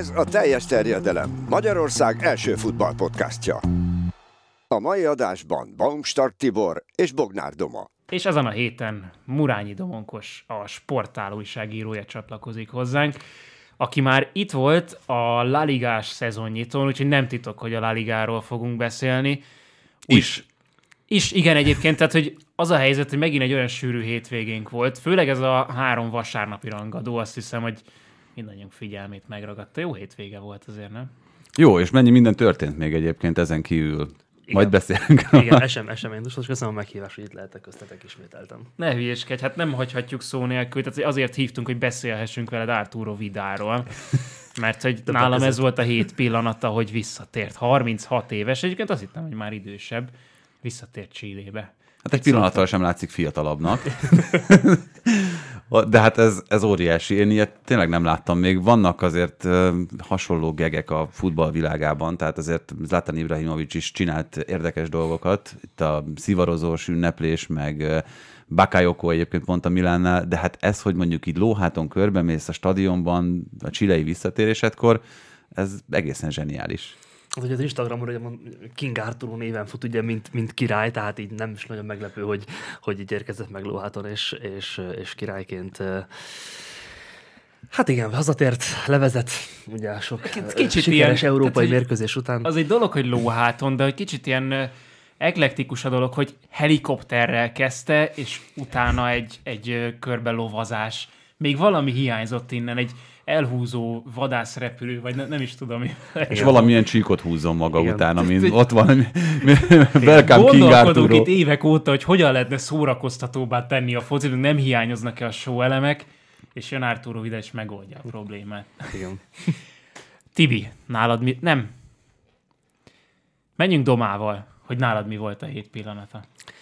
Ez a Teljes terjedelem, Magyarország első futballpodcastja. A mai adásban Baumstark Tibor és Bognár Doma. És ezen a héten Murányi Domonkos, a Sportál újságírója csatlakozik hozzánk, aki már itt volt a La Ligás szezonnyitón, úgyhogy nem titok, hogy a La Ligáról fogunk beszélni. Is, igen, egyébként, tehát hogy az a helyzet, hogy megint egy olyan sűrű hétvégénk volt, főleg ez a 3 vasárnapi rangadó, azt hiszem, hogy mindannyiunk figyelmét megragadta. Jó hétvége volt azért, nem? Jó, és mennyi minden történt még egyébként ezen kívül. Igen. Majd beszélünk. Igen, eseménydús, és köszönöm a meghívást, hogy itt lehetek köztetek ismételtem. Ne hülyéskedj, hát nem hagyhatjuk szó nélkül, tehát azért hívtunk, hogy beszélhessünk veled Arturo Vidáról, mert hogy nálam ez volt a 7 pillanata, hogy visszatért. 36 éves, egyébként azt hittem, hogy már idősebb, visszatért Chilébe. Hát egy pillanattal sem látszik fiatalabbnak. De hát ez óriási. Én ilyet tényleg nem láttam még. Vannak azért hasonló gegek a futballvilágában, tehát azért Zlatan Ibrahimović is csinált érdekes dolgokat. Itt a szivarozós ünneplés, meg Bakayoko egyébként pont a Milánnál, de hát ez, hogy mondjuk így lóháton körbemész a stadionban a chilei visszatérésedkor, ez egészen zseniális. Az, hogy az Instagramon ugye King Arturo néven fut, ugye, mint király, tehát így nem is nagyon meglepő, hogy így érkezett meg lóháton, és királyként. Hát igen, hazatért, levezet, ugye sok kicsit sikeres ilyen, európai mérkőzés után. Az egy dolog, hogy lóháton, de egy kicsit ilyen eklektikus a dolog, hogy helikopterrel kezdte, és utána egy körbelovazás. Még valami hiányzott innen, egy elhúzó vadászrepülő, vagy nem is tudom. És valamilyen csíkot húzzon maga után, amin ott van. Welcome King Arturo. Gondolkodunk itt évek óta, hogy hogyan lehetne szórakoztatóbbá tenni a focit, nem hiányoznak-e a show elemek, és jön Arturo Vidal, és megoldja a problémát. Igen. Tibi, nálad mi? Nem. Menjünk Domával, hogy nálad mi volt a 7 pillanata.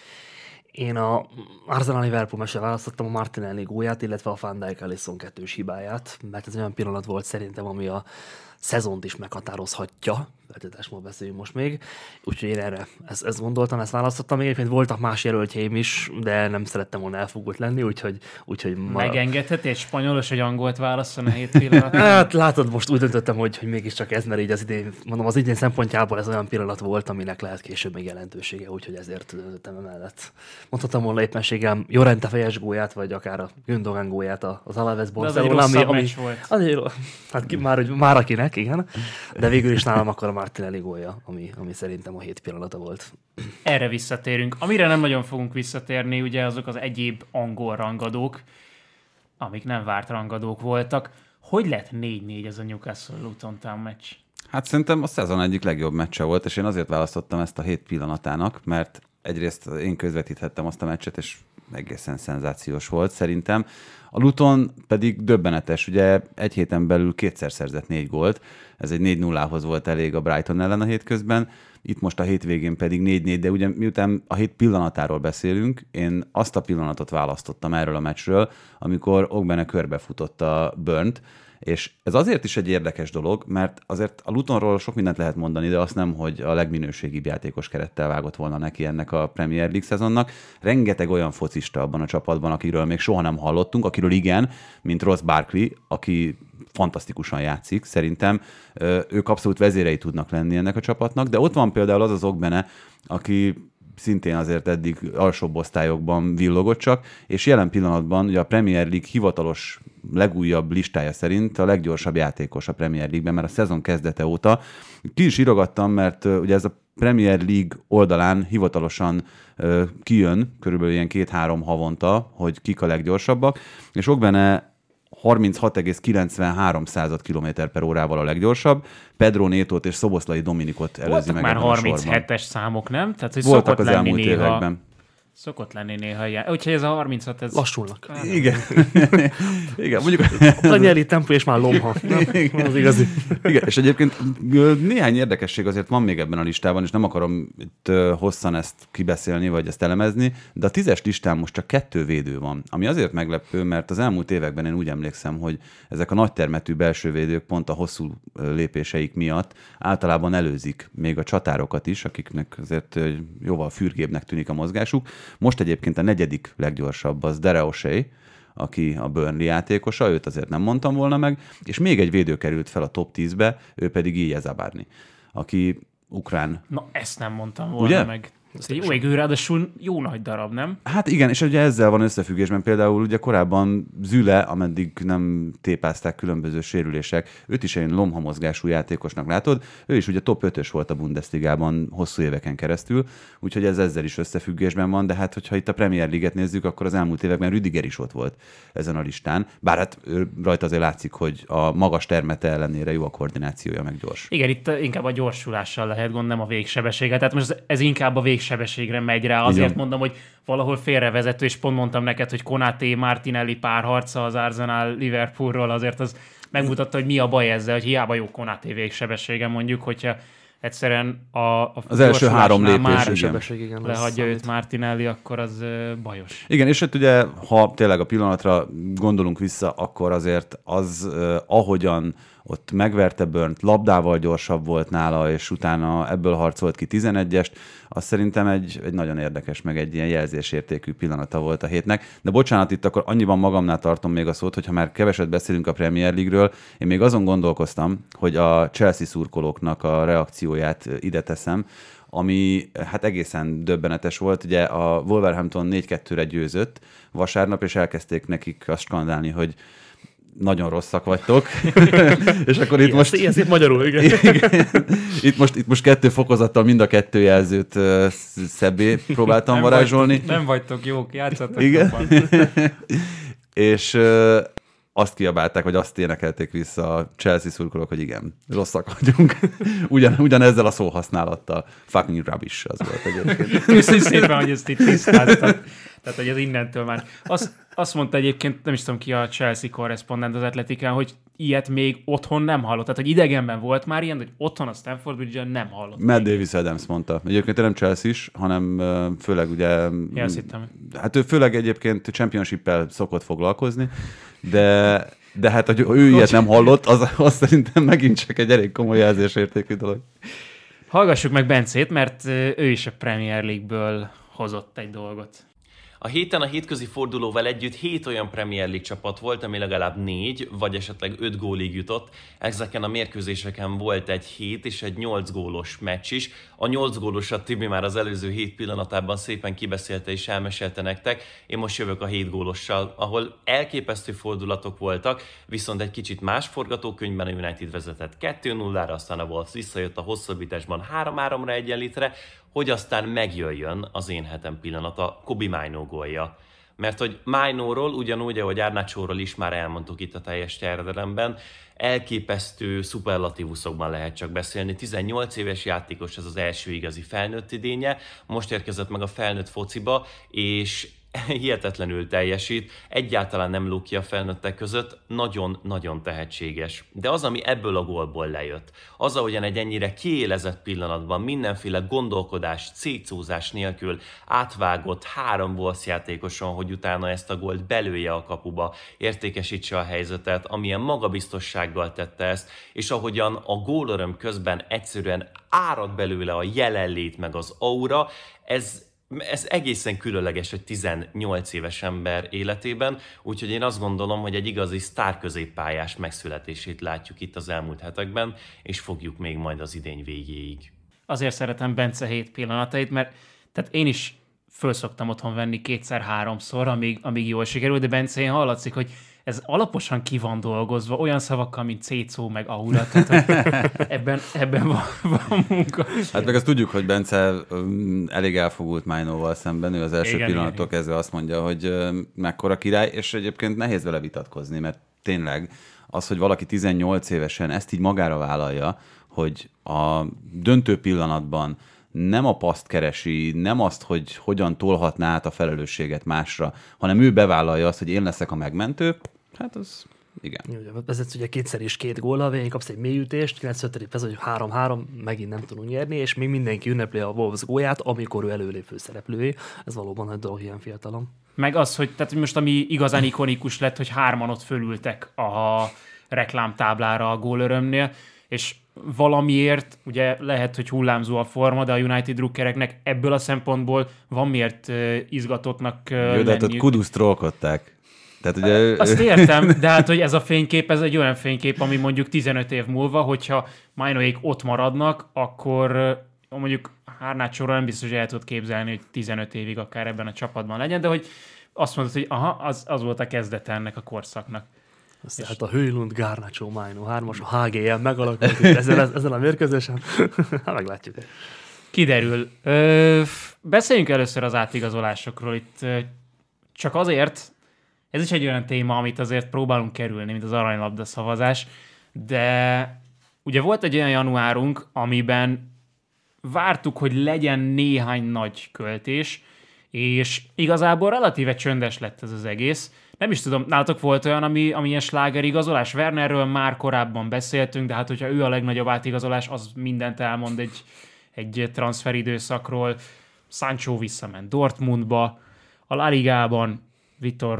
Én a Arsenal-Liverpool meccsre választottam a Martinelli gólját, illetve a Van Dijk Alisson 2-s hibáját, mert ez olyan pillanat volt szerintem, ami a szezont is meghatározhatja, feltételesül beszéljünk most még, úgyhogy én erre ezt gondoltam, ezt választottam. Még egyébként voltak más jelöltjeim is, de nem szerettem volna elfogult lenni, úgyhogy megengedheti egy spanyolos, hogy angolt válasszon a 7 pillanat? Hát látod, most úgy döntöttem, hogy mégiscsak ez, mert így az idén, mondom, az idén szempontjából ez olyan pillanat volt, aminek lehet később még jelentősége, úgyhogy ezért döntöttem emellett. Mondhatom volna éppenségem Llorente fejes gólját, vagy akár a Gündogan gólját az Alaves Barcelona, ami volt. Azért, hát már akinek, igen, de végül is nálam akkor a Martinelli gólja, ami szerintem a 7 pillanata volt. Erre visszatérünk. Amire nem nagyon fogunk visszatérni, ugye azok az egyéb angol rangadók, amik nem várt rangadók voltak. Hogy lett 4-4 ez a Newcastle-Luton Town meccs? Hát szerintem a szezon egyik legjobb meccse volt, és én azért választottam ezt a 7 pillanatának, mert egyrészt én közvetíthettem azt a meccset, és egészen szenzációs volt szerintem. A Luton pedig döbbenetes, ugye egy héten belül 2-szer szerzett 4 gólt, ez egy 4-0-hoz volt elég a Brighton ellen a hétközben, itt most a hétvégén pedig 4-4, de ugye miután a 7 pillanatáról beszélünk, én azt a pillanatot választottam erről a meccsről, amikor Ogbene körbefutott a Burnt, és ez azért is egy érdekes dolog, mert azért a Lutonról sok mindent lehet mondani, de azt nem, hogy a legminőségibb játékos kerettel vágott volna neki ennek a Premier League szezonnak. Rengeteg olyan focista abban a csapatban, akiről még soha nem hallottunk, akiről igen, mint Ross Barkley, aki fantasztikusan játszik, szerintem ők abszolút vezérei tudnak lenni ennek a csapatnak, de ott van például az Ogbene, aki szintén azért eddig alsóbb osztályokban villogott csak, és jelen pillanatban ugye a Premier League hivatalos legújabb listája szerint a leggyorsabb játékos a Premier League-ben, mert a szezon kezdete óta. Ki is írogattam, mert ugye ez a Premier League oldalán hivatalosan kijön, körülbelül ilyen 2-3 havonta, hogy kik a leggyorsabbak, és Ogbene 36,93 km/h a leggyorsabb. Pedro Netót és Szoboszlai Dominikot előzi meg. Már 37-es számok, nem? Tehát, hogy voltak az elmúlt években. Szokott lenni néha ilyen. Úgyhogy ez a 36, ez... Lassulnak. Igen. Igen, mondjuk... A nyeri tempó és már lomha. Az igazi. Igen, és egyébként néhány érdekesség azért van még ebben a listában, és nem akarom itt hosszan ezt kibeszélni, vagy ezt elemezni, de a 10-es listán most csak 2 védő van, ami azért meglepő, mert az elmúlt években én úgy emlékszem, hogy ezek a nagytermetű belső védők pont a hosszú lépéseik miatt általában előzik még a csatárokat is, akiknek azért jóval fürgébbnek tűnik a mozgásuk. Most egyébként a 4. leggyorsabb az Dere O'Shea, aki a Burnley játékosa, őt azért nem mondtam volna meg, és még egy védő került fel a top 10-be, ő pedig Ilya Zabarni, aki ukrán. Na, ezt nem mondtam volna Ugye? meg. Ez egy jó égő, ráadásul jó nagy darab, nem? Hát igen, és ugye ezzel van összefüggésben például ugye korábban Züle, ameddig nem tépázták különböző sérülések, őt is egy lomhamozgású játékosnak látod, ő is ugye top 5-ös volt a Bundesligában hosszú éveken keresztül, úgyhogy ez ezzel is összefüggésben van, de hát hogyha itt a Premier League-et nézzük, akkor az elmúlt években Rüdiger is ott volt ezen a listán, bár hát rajta azért látszik, hogy a magas termete ellenére jó a koordinációja, meg gyors. Igen, itt inkább a gyorsulással lehet gond, nem a végsebességgel. Tehát most ez inkább a végsebességre megy rá. Azért Igen. mondom, hogy valahol félrevezető, és pont mondtam neked, hogy Konaté, Martinelli párharca az Arsenal Liverpoolról, azért az megmutatta, hogy mi a baj ezzel, hogy hiába jó Konaté végsebessége mondjuk, hogyha egyszerűen az első 3 lépés, már igen, lehagyja őt Martinelli, akkor az bajos. Igen, és hát ugye, ha tényleg a pillanatra gondolunk vissza, akkor azért az, ahogyan ott megverte Burnt, labdával gyorsabb volt nála, és utána ebből harcolt ki 11-est, az szerintem egy nagyon érdekes, meg egy ilyen jelzésértékű pillanata volt a hétnek. De bocsánat, itt akkor annyiban magamnál tartom még a szót, hogyha már keveset beszélünk a Premier League-ről, én még azon gondolkoztam, hogy a Chelsea szurkolóknak a reakcióját ide teszem, ami hát egészen döbbenetes volt. Ugye a Wolverhampton 4-2-re győzött vasárnap, és elkezdték nekik azt skandálni, hogy nagyon rosszak vagytok. És akkor itt most... Ilyen szép magyarul, igen. Igen. Itt most 2 fokozattal mind a 2 jelzőt szebbé próbáltam Nem varázsolni. Nem vagytok jók, játszatok Igen. jobban. És azt kiabálták, vagy azt énekelték vissza a Chelsea szurkolók, hogy igen, rosszak vagyunk. Ugyanezzel a szóhasználattal. Fucking rubbish az volt egyébként. Köszönjük szépen, hogy ezt itt tisztáztat. Tehát, hogy ez innentől már. Azt mondta egyébként, nem is tudom ki a Chelsea korrespondent az Atletikán, hogy ilyet még otthon nem hallott. Tehát, hogy idegenben volt már ilyen, hogy otthon a Stamford Bridge-en nem hallott. Matt Davis Adams mondta. Egyébként nem Chelsea is, hanem főleg ugye... Ja, azt hittem. Hát ő főleg egyébként Championship-el szokott foglalkozni, de hát, hogy ő ilyet nem hallott, az szerintem megint csak egy elég komoly jelzésértékű dolog. Hallgassuk meg Bencét, mert ő is a Premier League-ből hozott egy dolgot. A héten a hétközi fordulóval együtt 7 olyan Premier League csapat volt, ami legalább 4, vagy esetleg 5 gólig jutott. Ezeken a mérkőzéseken volt egy 7 és egy 8 gólos meccs is. A 8 gólosat Tibi már az előző 7 pillanatában szépen kibeszélte és elmesélte nektek. Én most jövök a 7 gólossal, ahol elképesztő fordulatok voltak, viszont egy kicsit más forgatókönyvben a United vezetett 2-0-ra, aztán a Wolves visszajött a hosszabbításban 3-3-ra egyenlítre, hogy aztán megjöjjön az én hetem pillanata, Kobbie Mainoo gólja. Mert hogy Mainóról, ugyanúgy, ahogy Garnachóról is már elmondtuk itt a teljes terjedelemben, elképesztő szuperlatívuszokban lehet csak beszélni. 18 éves játékos, ez az első igazi felnőtt idénye, most érkezett meg a felnőtt fociba, és hihetetlenül teljesít, egyáltalán nem lóg ki a felnőttek között, nagyon-nagyon tehetséges. De az, ami ebből a gólból lejött, az, ahogyan egy ennyire kiélezett pillanatban mindenféle gondolkodás, cécózás nélkül átvágott 3 Wolves játékoson, hogy utána ezt a gólt belője a kapuba, értékesítse a helyzetet, amilyen magabiztossággal tette ezt, és ahogyan a gólöröm közben egyszerűen árad belőle a jelenlét meg az aura, ez egészen különleges egy 18 éves ember életében, úgyhogy én azt gondolom, hogy egy igazi sztár középpályás megszületését látjuk itt az elmúlt hetekben, és fogjuk még majd az idény végéig. Azért szeretem Bence 7 pillanatait, mert tehát én is föl szoktam otthon venni 2-3-szor, amíg jól sikerül, de Bencén hallatszik, hogy ez alaposan ki van dolgozva, olyan szavakkal, mint cécó, meg aura, tehát ebben van munka. Hát meg azt tudjuk, hogy Bence elég elfogult Mainóval szemben, ő az első pillanattól kezdve azt mondja, hogy mekkora király, és egyébként nehéz vele vitatkozni, mert tényleg az, hogy valaki 18 évesen ezt így magára vállalja, hogy a döntő pillanatban nem a paszt keresi, nem azt, hogy hogyan tolhatná át a felelősséget másra, hanem ő bevállalja azt, hogy én leszek a megmentő, hát az igen. Vezetsz ugye 2-szer is 2 góllal, végén kapsz egy mélyütést, 95. perc, hogy 3-3, megint nem tudunk nyerni, és még mindenki ünnepli a Wolves gólját, amikor ő előlép főszereplői. Ez valóban nagy dolog ilyen fiatalon. Meg az, hogy tehát most ami igazán ikonikus lett, hogy 3-an ott fölültek a reklámtáblára a gólörömnél, és valamiért, ugye lehet, hogy hullámzó a forma, de a United drukkereknek ebből a szempontból van miért izgatottnak lenniük. Jó, de hát ott Kuduszt trollkodták. Tehát ugye... Azt értem, de hát, hogy ez a fénykép, ez egy olyan fénykép, ami mondjuk 15 év múlva, hogyha Mainoék ott maradnak, akkor mondjuk Garnacho-ról nem biztos, hogy el tudod képzelni, hogy 15 évig akár ebben a csapatban legyen, de hogy azt mondod, hogy az volt a kezdete ennek a korszaknak. Hát a Højlund, Garnacho, Maino 3-as, a HGM megalakult ezen a mérkőzésen. Hát meglátjuk. Kiderül. Beszéljünk először az átigazolásokról. Itt csak azért, ez is egy olyan téma, amit azért próbálunk kerülni, mint az aranylabda szavazás, de ugye volt egy olyan januárunk, amiben vártuk, hogy legyen néhány nagy költés, és igazából relatíve csöndes lett ez az egész. Nem is tudom, nálatok volt olyan, ami ilyen slágerigazolás? Wernerről már korábban beszéltünk, de hát hogyha ő a legnagyobb átigazolás, az mindent elmond egy transferidőszakról. Sancho visszament Dortmundba, a La Ligában Vitor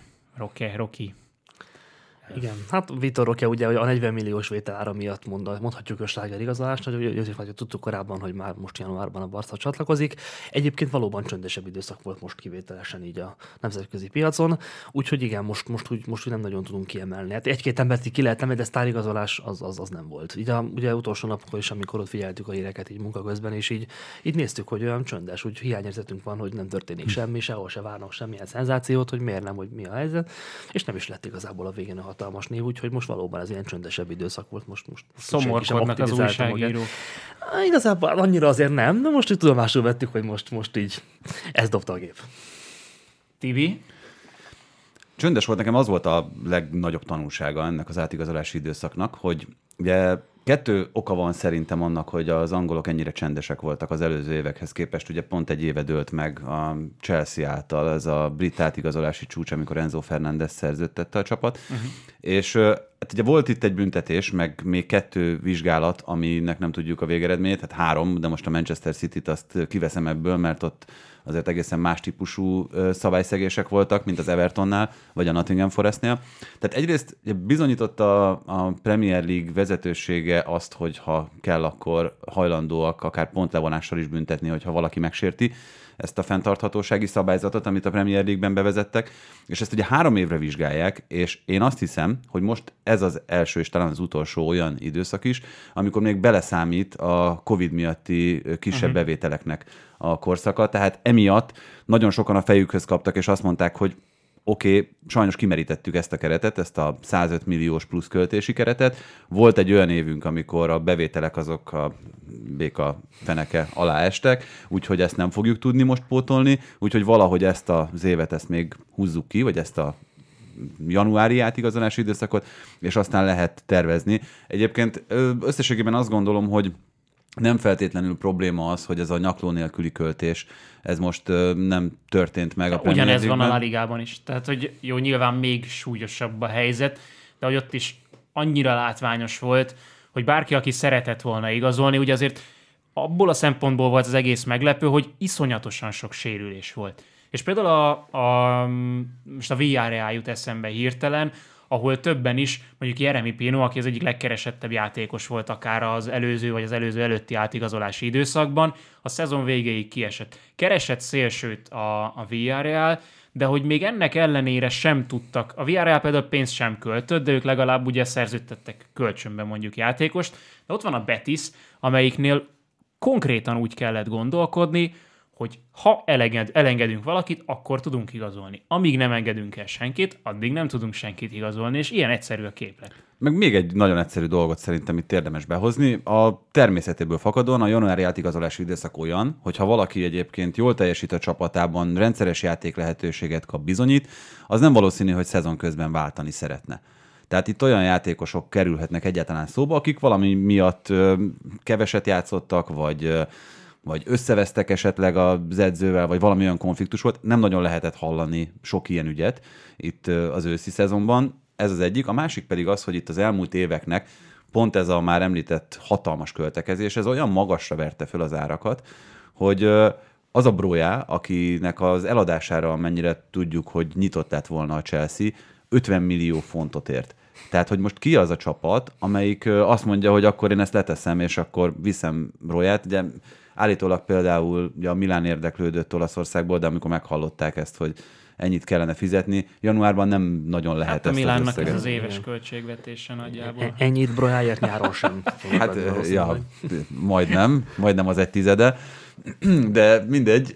Roque. Igen, hát Vitor Roque ugye a 40 milliós vételára miatt mondhatjuk a slágerigazolást, hogy tudtuk korábban, hogy már most januárban a Barca csatlakozik. Egyébként valóban csöndesebb időszak volt most kivételesen így a nemzetközi piacon, úgyhogy igen, most úgy nem nagyon tudunk kiemelni. Hát egy-két embert ki lehet emelni, de sztárigazolás az nem volt. Ugye utolsó napokon is, amikor ott figyeltük a híreket így munka közben, és így néztük, hogy olyan csöndes, úgy hiányérzetünk van, hogy nem történik semmi, sehol se várnak semmilyen szenzációt, hogy miért nem, hogy mi a helyzet, és nem is lett igazából a végén a hatalmas név, úgyhogy most valóban ez ilyen csöndesebb időszak volt. Most szomorkodnak az újságírók. Igazából annyira azért nem, de most így tudomásul vettük, hogy most így ez dobta a gép. Tibi? Csöndes volt, nekem az volt a legnagyobb tanulsága ennek az átigazolási időszaknak, hogy ugye 2 oka van szerintem annak, hogy az angolok ennyire csendesek voltak az előző évekhez képest. Ugye pont egy éve dőlt meg a Chelsea által ez a brit átigazolási csúcs, amikor Enzo Fernández szerződtette a csapat. És hát ugye volt itt egy büntetés, meg még 2 vizsgálat, aminek nem tudjuk a végeredményét, hát 3, de most a Manchester City-t azt kiveszem ebből, mert ott azért egészen más típusú szabályszegések voltak, mint az Evertonnál, vagy a Nottingham Forestnél. Tehát egyrészt bizonyította a Premier League vezetősége azt, hogy ha kell, akkor hajlandóak akár pontlevonással is büntetni, hogyha valaki megsérti ezt a fenntarthatósági szabályzatot, amit a Premier League-ben bevezettek, és ezt ugye 3 évre vizsgálják, és én azt hiszem, hogy most ez az első és talán az utolsó olyan időszak is, amikor még beleszámít a Covid miatti kisebb bevételeknek a korszaka, tehát emiatt nagyon sokan a fejükhöz kaptak, és azt mondták, hogy oké, sajnos kimerítettük ezt a keretet, ezt a 105 milliós plusz költési keretet. Volt egy olyan évünk, amikor a bevételek azok a béka feneke alá estek, úgyhogy ezt nem fogjuk tudni most pótolni, úgyhogy valahogy ezt az évet ezt még húzzuk ki, vagy ezt a januári átigazolási időszakot, és aztán lehet tervezni. Egyébként összességében azt gondolom, hogy nem feltétlenül probléma az, hogy ez a nyakló nélküli költés, ez most nem történt meg a Premier Ugyanez League-ben. van a La Ligában is. Tehát, hogy jó, nyilván még súlyosabb a helyzet, de hogy ott is annyira látványos volt, hogy bárki, aki szeretett volna igazolni, ugye azért abból a szempontból volt az egész meglepő, hogy iszonyatosan sok sérülés volt. És például most a Villarreal jut eszembe hirtelen, ahol többen is, mondjuk Jeremy Pino, aki az egyik legkeresettebb játékos volt akár az előző vagy az előző előtti átigazolási időszakban, a szezon végéig kiesett. Keresett szélsőt a Villarreal, de hogy még ennek ellenére sem tudtak. A Villarreal például pénzt sem költött, de ők legalább ugye szerződtettek kölcsönben mondjuk játékost. De ott van a Betis, amelyiknél konkrétan úgy kellett gondolkodni, hogy ha elengedünk valakit, akkor tudunk igazolni. Amíg nem engedünk el senkit, addig nem tudunk senkit igazolni, és ilyen egyszerű a képlet. Meg még egy nagyon egyszerű dolgot szerintem itt érdemes behozni. A természetéből fakadóan a januári átigazolási időszak olyan, hogy ha valaki egyébként jól teljesít a csapatában, rendszeres játék lehetőséget kap, bizonyít, az nem valószínű, hogy szezon közben váltani szeretne. Tehát itt olyan játékosok kerülhetnek egyáltalán szóba, akik valami miatt keveset játszottak, vagy összevesztek esetleg az edzővel, vagy valami olyan konfliktus volt. Nem nagyon lehetett hallani sok ilyen ügyet itt az őszi szezonban. Ez az egyik. A másik pedig az, hogy itt az elmúlt éveknek pont ez a már említett hatalmas költekezés, ez olyan magasra verte föl az árakat, hogy az a Broja, akinek az eladására, amennyire tudjuk, hogy nyitott lett volna a Chelsea, 50 millió fontot ért. Tehát, hogy most ki az a csapat, amelyik azt mondja, hogy akkor én ezt leteszem, és akkor viszem Broját. Ugye állítólag például a Milán érdeklődött Olaszországból, de amikor meghallották ezt, hogy ennyit kellene fizetni. Januárban nem nagyon lehet Hát a ezt az Milánnak összeget. ez az éves költségvetése nagyjából. Ennyit Brojáért nyáron sem. Hát, ja, majdnem az 1/10, de mindegy.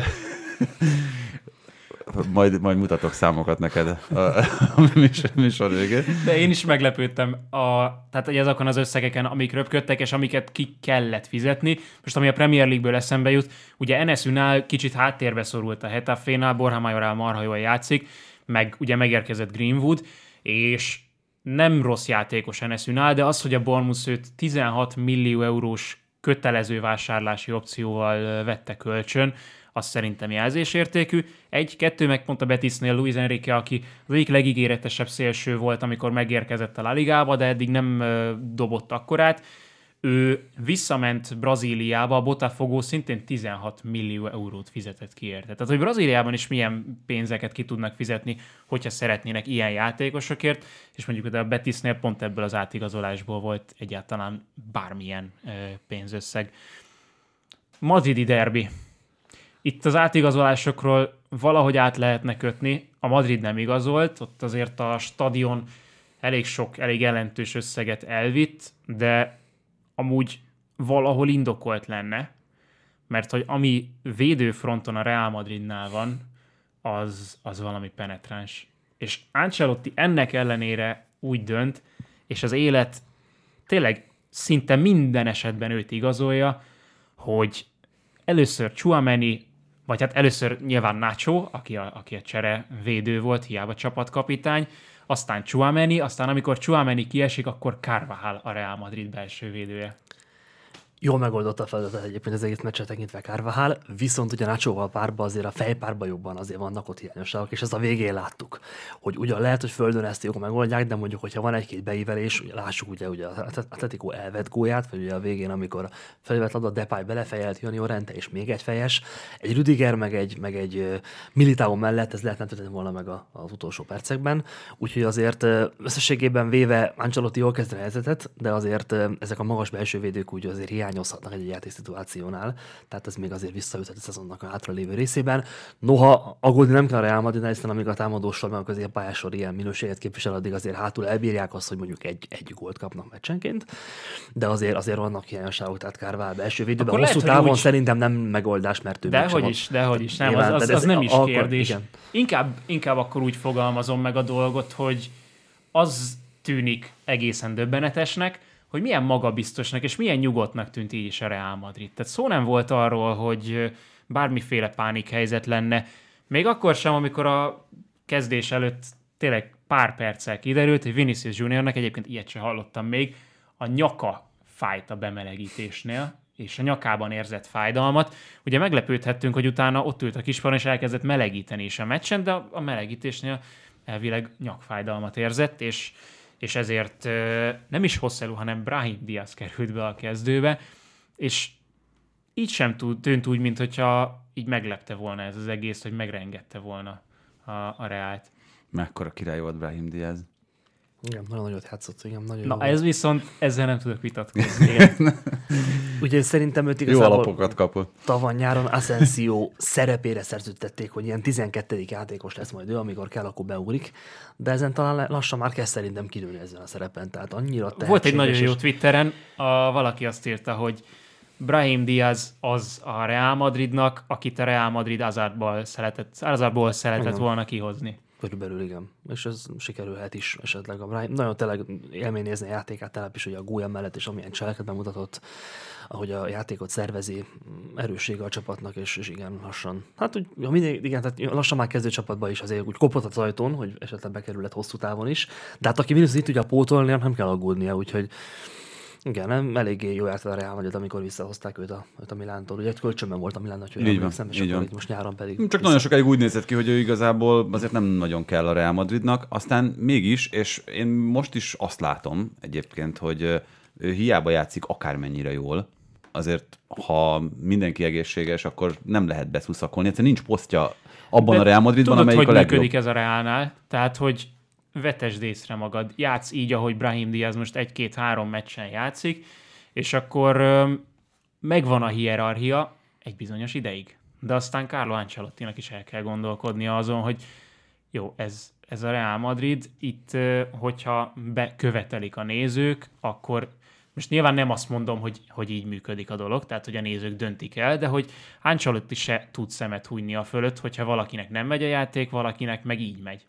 Majd mutatok számokat neked a műsor végén. De én is meglepődtem, tehát hogy azokon az összegeken, amik röpködtek, és amiket ki kellett fizetni. Most ami a Premier League-ből eszembe jut, ugye NSU-nál kicsit háttérbe szorult a Hetafénál, Borja Mayoral marha jól játszik, meg ugye megérkezett Greenwood, és nem rossz játékos NSU-nál, de az, hogy a Bournemouth őt 16 millió eurós kötelező vásárlási opcióval vette kölcsön, az szerintem jelzésértékű. 1-2 meg pont a Betisnél Luis Enrique, aki az egyik legígéretesebb szélső volt, amikor megérkezett a La Ligába, de eddig nem dobott akkorát. Ő visszament Brazíliába, a Botafogo szintén 16 millió eurót fizetett ki érte. Tehát, hogy Brazíliában is milyen pénzeket ki tudnak fizetni, hogyha szeretnének ilyen játékosokért, és mondjuk a Betisnél pont ebből az átigazolásból volt egyáltalán bármilyen pénzösszeg. Madridi derbi. Itt az átigazolásokról valahogy át lehetne kötni. A Madrid nem igazolt, ott azért a stadion elég jelentős összeget elvitt, de amúgy valahol indokolt lenne, mert hogy ami védőfronton a Real Madridnál van, az valami penetráns. És Ancelotti ennek ellenére úgy dönt, és az élet tényleg szinte minden esetben őt igazolja, hogy először Tchouaméni, vagy hát először nyilván Nacho, aki a csere védő volt, hiába csapatkapitány, aztán Tchouaméni, aztán amikor Tchouaméni kiesik, akkor Carvajal a Real Madrid belső védője. Jól megoldotta a feladatot egyébként az egész meccset tekintve Carvajal, viszont ugye Nachoval párba azért a fejpárba jobban azért vannak ott hiányosságok, és ezt a végén láttuk, hogy ugyan lehet, hogy földön ezt jók megoldják, de mondjuk, hogyha van egy-két beívelés, lássuk ugye az Atletico elvett gólját, vagy ugye a végén, amikor felvett labda, Depay belefejelt, Joni Llorente és még egy fejes, egy Rüdiger, meg egy Militao mellett, ez lehet nem történt volna meg az utolsó percekben, úgyhogy azért összességében véve Ancelotti jól kezdte a helyzetet, de azért ezek a magas belső védők úgy azért hiányozhatnak egy játékszituációnál, tehát ez még azért visszaüthet a szezonnak a hátralévő részében. Noha aggódni nem kell a Real Madridnál, hiszen amíg a támadósor meg a középpályásor ilyen minőséget képvisel, addig azért hátul elbírják azt, hogy mondjuk egy gólt kapnak meccsenként, de azért vannak hiányosságok, tehát Carvajal belső védőben. Akkor hosszú távon szerintem nem megoldás, mert ő dehogy is, nem, nyilván, az nem is akkor, kérdés. Inkább akkor úgy fogalmazom meg a dolgot, hogy az tűnik egészen döbbenetesnek, hogy milyen magabiztosnak és milyen nyugodtnak tűnt így is a Real Madrid. Tehát szó nem volt arról, hogy bármiféle pánikhelyzet lenne. Még akkor sem, amikor a kezdés előtt tényleg pár perccel kiderült, hogy Vinicius Juniornak, egyébként ilyet sem hallottam még, a nyaka fájt a bemelegítésnél, és a nyakában érzett fájdalmat. Ugye meglepődhettünk, hogy utána ott ült a kispadon, és elkezdett melegíteni is a meccsen, de a melegítésnél elvileg nyakfájdalmat érzett, és ezért nem is Joselu, hanem Brahim Diaz került be a kezdőbe, és így sem tűnt úgy, mintha így meglepte volna ez az egész, hogy megrengette volna a Reált. Mekkora király volt Brahim Diaz. Igen, nagyon nagyot játszott, igen. Nagyon Na jó. ez viszont, ezzel nem tudok vitatkozni. Igen. Ugye szerintem őt Jó igazából alapokat kapott. tavaly nyáron Asensio szerepére szerződtették, hogy ilyen 12. játékos lesz majd ő, amikor kell, akkor beugrik, de ezen talán lassan már kezd szerintem kinőni ezen a szerepen, tehát annyira Volt egy nagyon jó és... Twitteren, valaki azt írta, hogy Brahim Diaz az a Real Madridnak, akit a Real Madrid Hazardból szeretett volna kihozni. Körülbelül igen. És ez sikerülhet is esetleg. Nagyon tényleg élmény nézni a játékát, tegnap is ugye a gólya mellett, és amilyen cseleket mutatott, ahogy a játékot szervezi, erőssége a csapatnak, és igen, lassan. Hát úgy, igen, tehát lassan már kezdő csapatban is azért úgy kopott az ajtón, hogy esetleg bekerülhet hosszú távon is. De hát aki Vinicius itt ugye pótolni, nem kell aggódnia, úgyhogy igen, nem eléggé jó járt a Real Madrid, amikor visszahozták őt a Milántól. Ugye egy kölcsönben volt a Milán, hogy emlékszem, és akkor most nyáron pedig... Csak nagyon sokáig úgy nézett ki, hogy ő igazából azért nem nagyon kell a Real Madridnak, aztán mégis, és én most is azt látom egyébként, hogy ő hiába játszik akármennyire jól, azért ha mindenki egészséges, akkor nem lehet beszuszakolni. Egyszerűen nincs posztja abban a Real Madridban, amelyik hogy a legjobb. működik ez a Reálnál, tehát hogy vetesd észre magad, játsz így, ahogy Brahim Diaz most 1-2-3 meccsen játszik, és akkor megvan a hierarchia egy bizonyos ideig. de aztán Carlo Ancelottinak is el kell gondolkodnia azon, hogy jó, ez a Real Madrid, itt, hogyha bekövetelik a nézők, akkor most nyilván nem azt mondom, hogy így működik a dolog, tehát hogy a nézők döntik el, de hogy Ancelotti se tud szemet hunyni a fölött, hogyha valakinek nem megy a játék, valakinek meg így megy.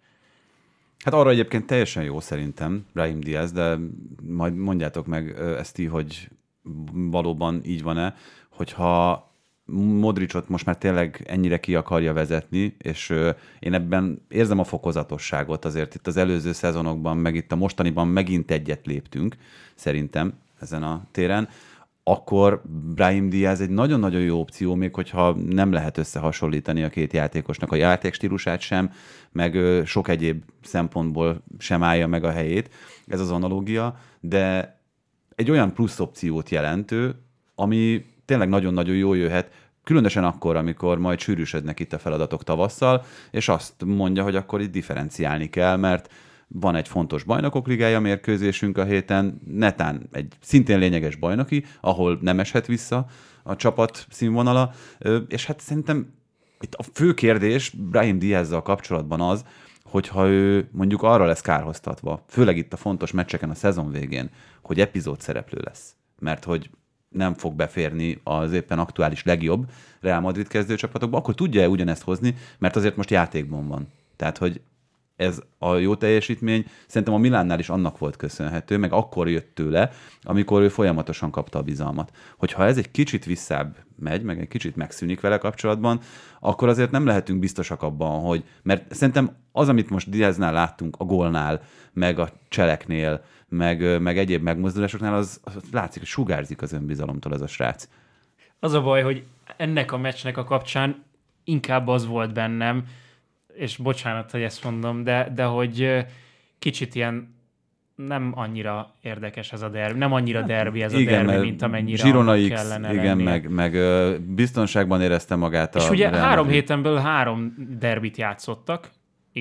Hát arra egyébként teljesen jó szerintem Brahim Diaz, de majd mondjátok meg ezt ti, hogy valóban így van-e, hogyha Modricot most már tényleg ennyire ki akarja vezetni, és én ebben érzem a fokozatosságot, azért itt az előző szezonokban, meg itt a mostaniban megint egyet léptünk, szerintem ezen a téren, akkor Brahim Diaz egy nagyon-nagyon jó opció, még hogyha nem lehet összehasonlítani a két játékosnak a játékstílusát sem, meg sok egyéb szempontból sem állja meg a helyét, ez az analógia, de egy olyan plusz opciót jelentő, ami tényleg nagyon-nagyon jól jöhet, különösen akkor, amikor majd sűrűsödnek itt a feladatok tavasszal, és azt mondja, hogy akkor itt differenciálni kell, mert van egy fontos bajnokok ligája mérkőzésünk a héten, netán egy szintén lényeges bajnoki, ahol nem eshet vissza a csapat színvonala, és hát szerintem itt a fő kérdés Brahim Diazzal kapcsolatban az, hogyha ő mondjuk arra lesz kárhoztatva, főleg itt a fontos meccseken a szezon végén, hogy epizód szereplő lesz, mert hogy nem fog beférni az éppen aktuális legjobb Real Madrid kezdőcsapatokba, akkor tudja-e ugyanezt hozni, mert azért most játékban van. Tehát, hogy ez a jó teljesítmény szerintem a Milánnál is annak volt köszönhető, meg akkor jött tőle, amikor ő folyamatosan kapta a bizalmat. Hogyha ez egy kicsit visszább megy, meg egy kicsit megszűnik vele kapcsolatban, akkor azért nem lehetünk biztosak abban, hogy, mert szerintem az, amit most Diaznál láttunk a gólnál, meg a cseleknél, meg egyéb megmozdulásoknál, az látszik, hogy sugárzik az önbizalomtól ez a srác. Az a baj, hogy ennek a meccsnek a kapcsán inkább az volt bennem, és bocsánat, hogy ezt mondom, de hogy kicsit ilyen nem annyira érdekes ez a derbi, nem annyira derbi ez a derbi, mint amennyire Girona X, kellene igen, lennie. meg biztonságban érezte magát és ugye 3 héten belül 3 derbit játszottak,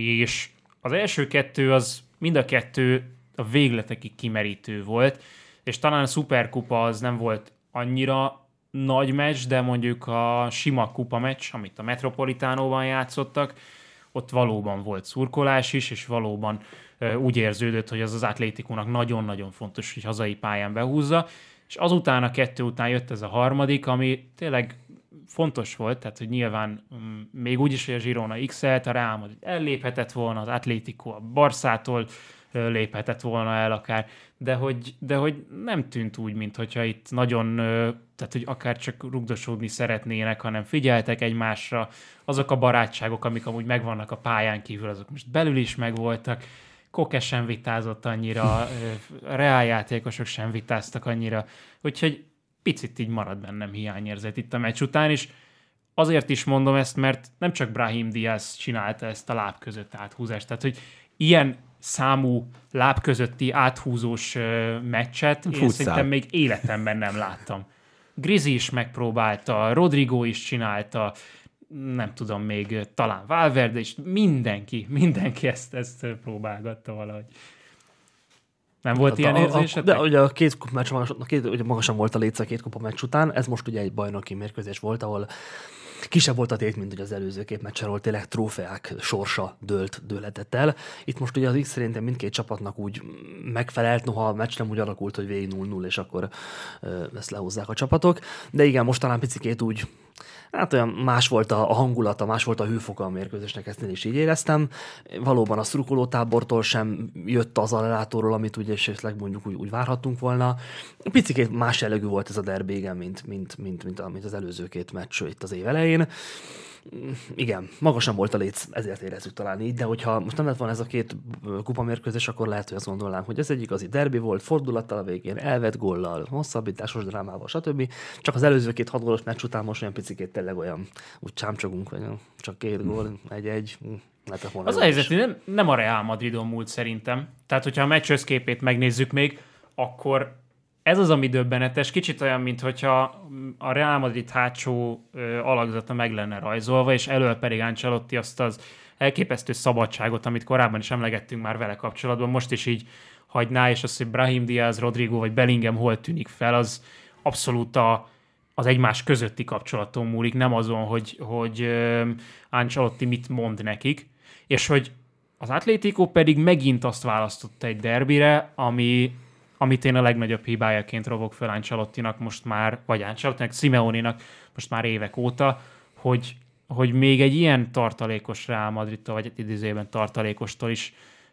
és az első 2 az mind a 2 a végletekig kimerítő volt, és talán a szuperkupa az nem volt annyira nagy meccs, de mondjuk a sima kupa meccs, amit a Metropolitánóban játszottak, ott valóban volt szurkolás is, és valóban úgy érződött, hogy az Atlétikónak nagyon-nagyon fontos, hogy hazai pályán behúzza, és azután a 2 után jött ez a harmadik, ami tényleg fontos volt, tehát hogy nyilván még úgyis, hogy a Girona X-elt, a Real Madrid elléphetett volna, az Atlético a Barszától léphetett volna el akár, de hogy nem tűnt úgy, mint hogyha itt nagyon, tehát hogy akár csak rugdosódni szeretnének, hanem figyeltek egymásra, azok a barátságok, amik amúgy megvannak a pályán kívül, azok most belül is megvoltak, Koke sem vitázott annyira, Real játékosok sem vitáztak annyira, úgyhogy picit így marad bennem hiányérzet itt a meccs után is. Azért is mondom ezt, mert nem csak Brahim Diaz csinálta ezt a láb között áthúzást, tehát hogy ilyen számú láb közötti áthúzós meccset én szerintem még életemben nem láttam. Grizi is megpróbálta, Rodrigo is csinálta, nem tudom, még talán Valverde is, mindenki ezt próbálgatta valahogy. Nem volt ilyen érzésetek? De ugye a két kupa meccs, ugye magasan volt a létsz a 2 kupa meccs után, ez most ugye egy bajnoki mérkőzés volt, ahol kisebb volt a tét, mint ugye az előző 2 meccs, ahol tényleg trófeák sorsa dőlhetett el. Itt most ugye az X szerintem mindkét csapatnak úgy megfelelt, noha a meccs nem úgy alakult, hogy végig 0-0, és akkor ezt lehúzzák a csapatok. De igen, most talán picikét úgy, hát olyan más volt a hangulata, más volt a hőfoka a mérkőzésnek, ezt én is így éreztem. Valóban a szurkolótábortól sem jött az a lelátóról, amit ugye esetleg mondjuk úgy várhattunk volna. Picikét más jellegű volt ez a derbi, igen, mint az előző 2 meccs itt az év elején. Igen, magasan volt a léc, ezért érezzük talán így, de hogyha most nem lett volna ez a 2 kupamérkőzés, akkor lehet, hogy azt gondolnánk, hogy ez egy igazi derbi volt, fordulattal a végén, elvett góllal, hosszabbításos drámával, stb. Csak az előző 2 6 gólos meccs után most olyan picikét tényleg olyan, úgy csámcsogunk, vagy csak 2 gól, 1-1. Az a helyzet, nem a Real Madridon múlt szerintem. Tehát, hogyha a meccs összképét megnézzük még, akkor ez az, ami döbbenetes, kicsit olyan, mintha a Real Madrid hátsó alakzata meg lenne rajzolva, és elől pedig Ancelotti azt az elképesztő szabadságot, amit korábban is emlegettünk már vele kapcsolatban, most is így hagyná, és az, hogy Brahim Diaz, Rodrigo vagy Bellingham hol tűnik fel, az abszolút az egymás közötti kapcsolaton múlik, nem azon, hogy Ancelotti mit mond nekik, és hogy az Atlético pedig megint azt választotta egy derbire, amit én a legnagyobb hibájaként rovok fel Ancelottinak most már, vagy Ancelottinak, Simeoninak most már évek óta, hogy még egy ilyen tartalékos Real Madridtól, vagy idézőjelben tartalékostól is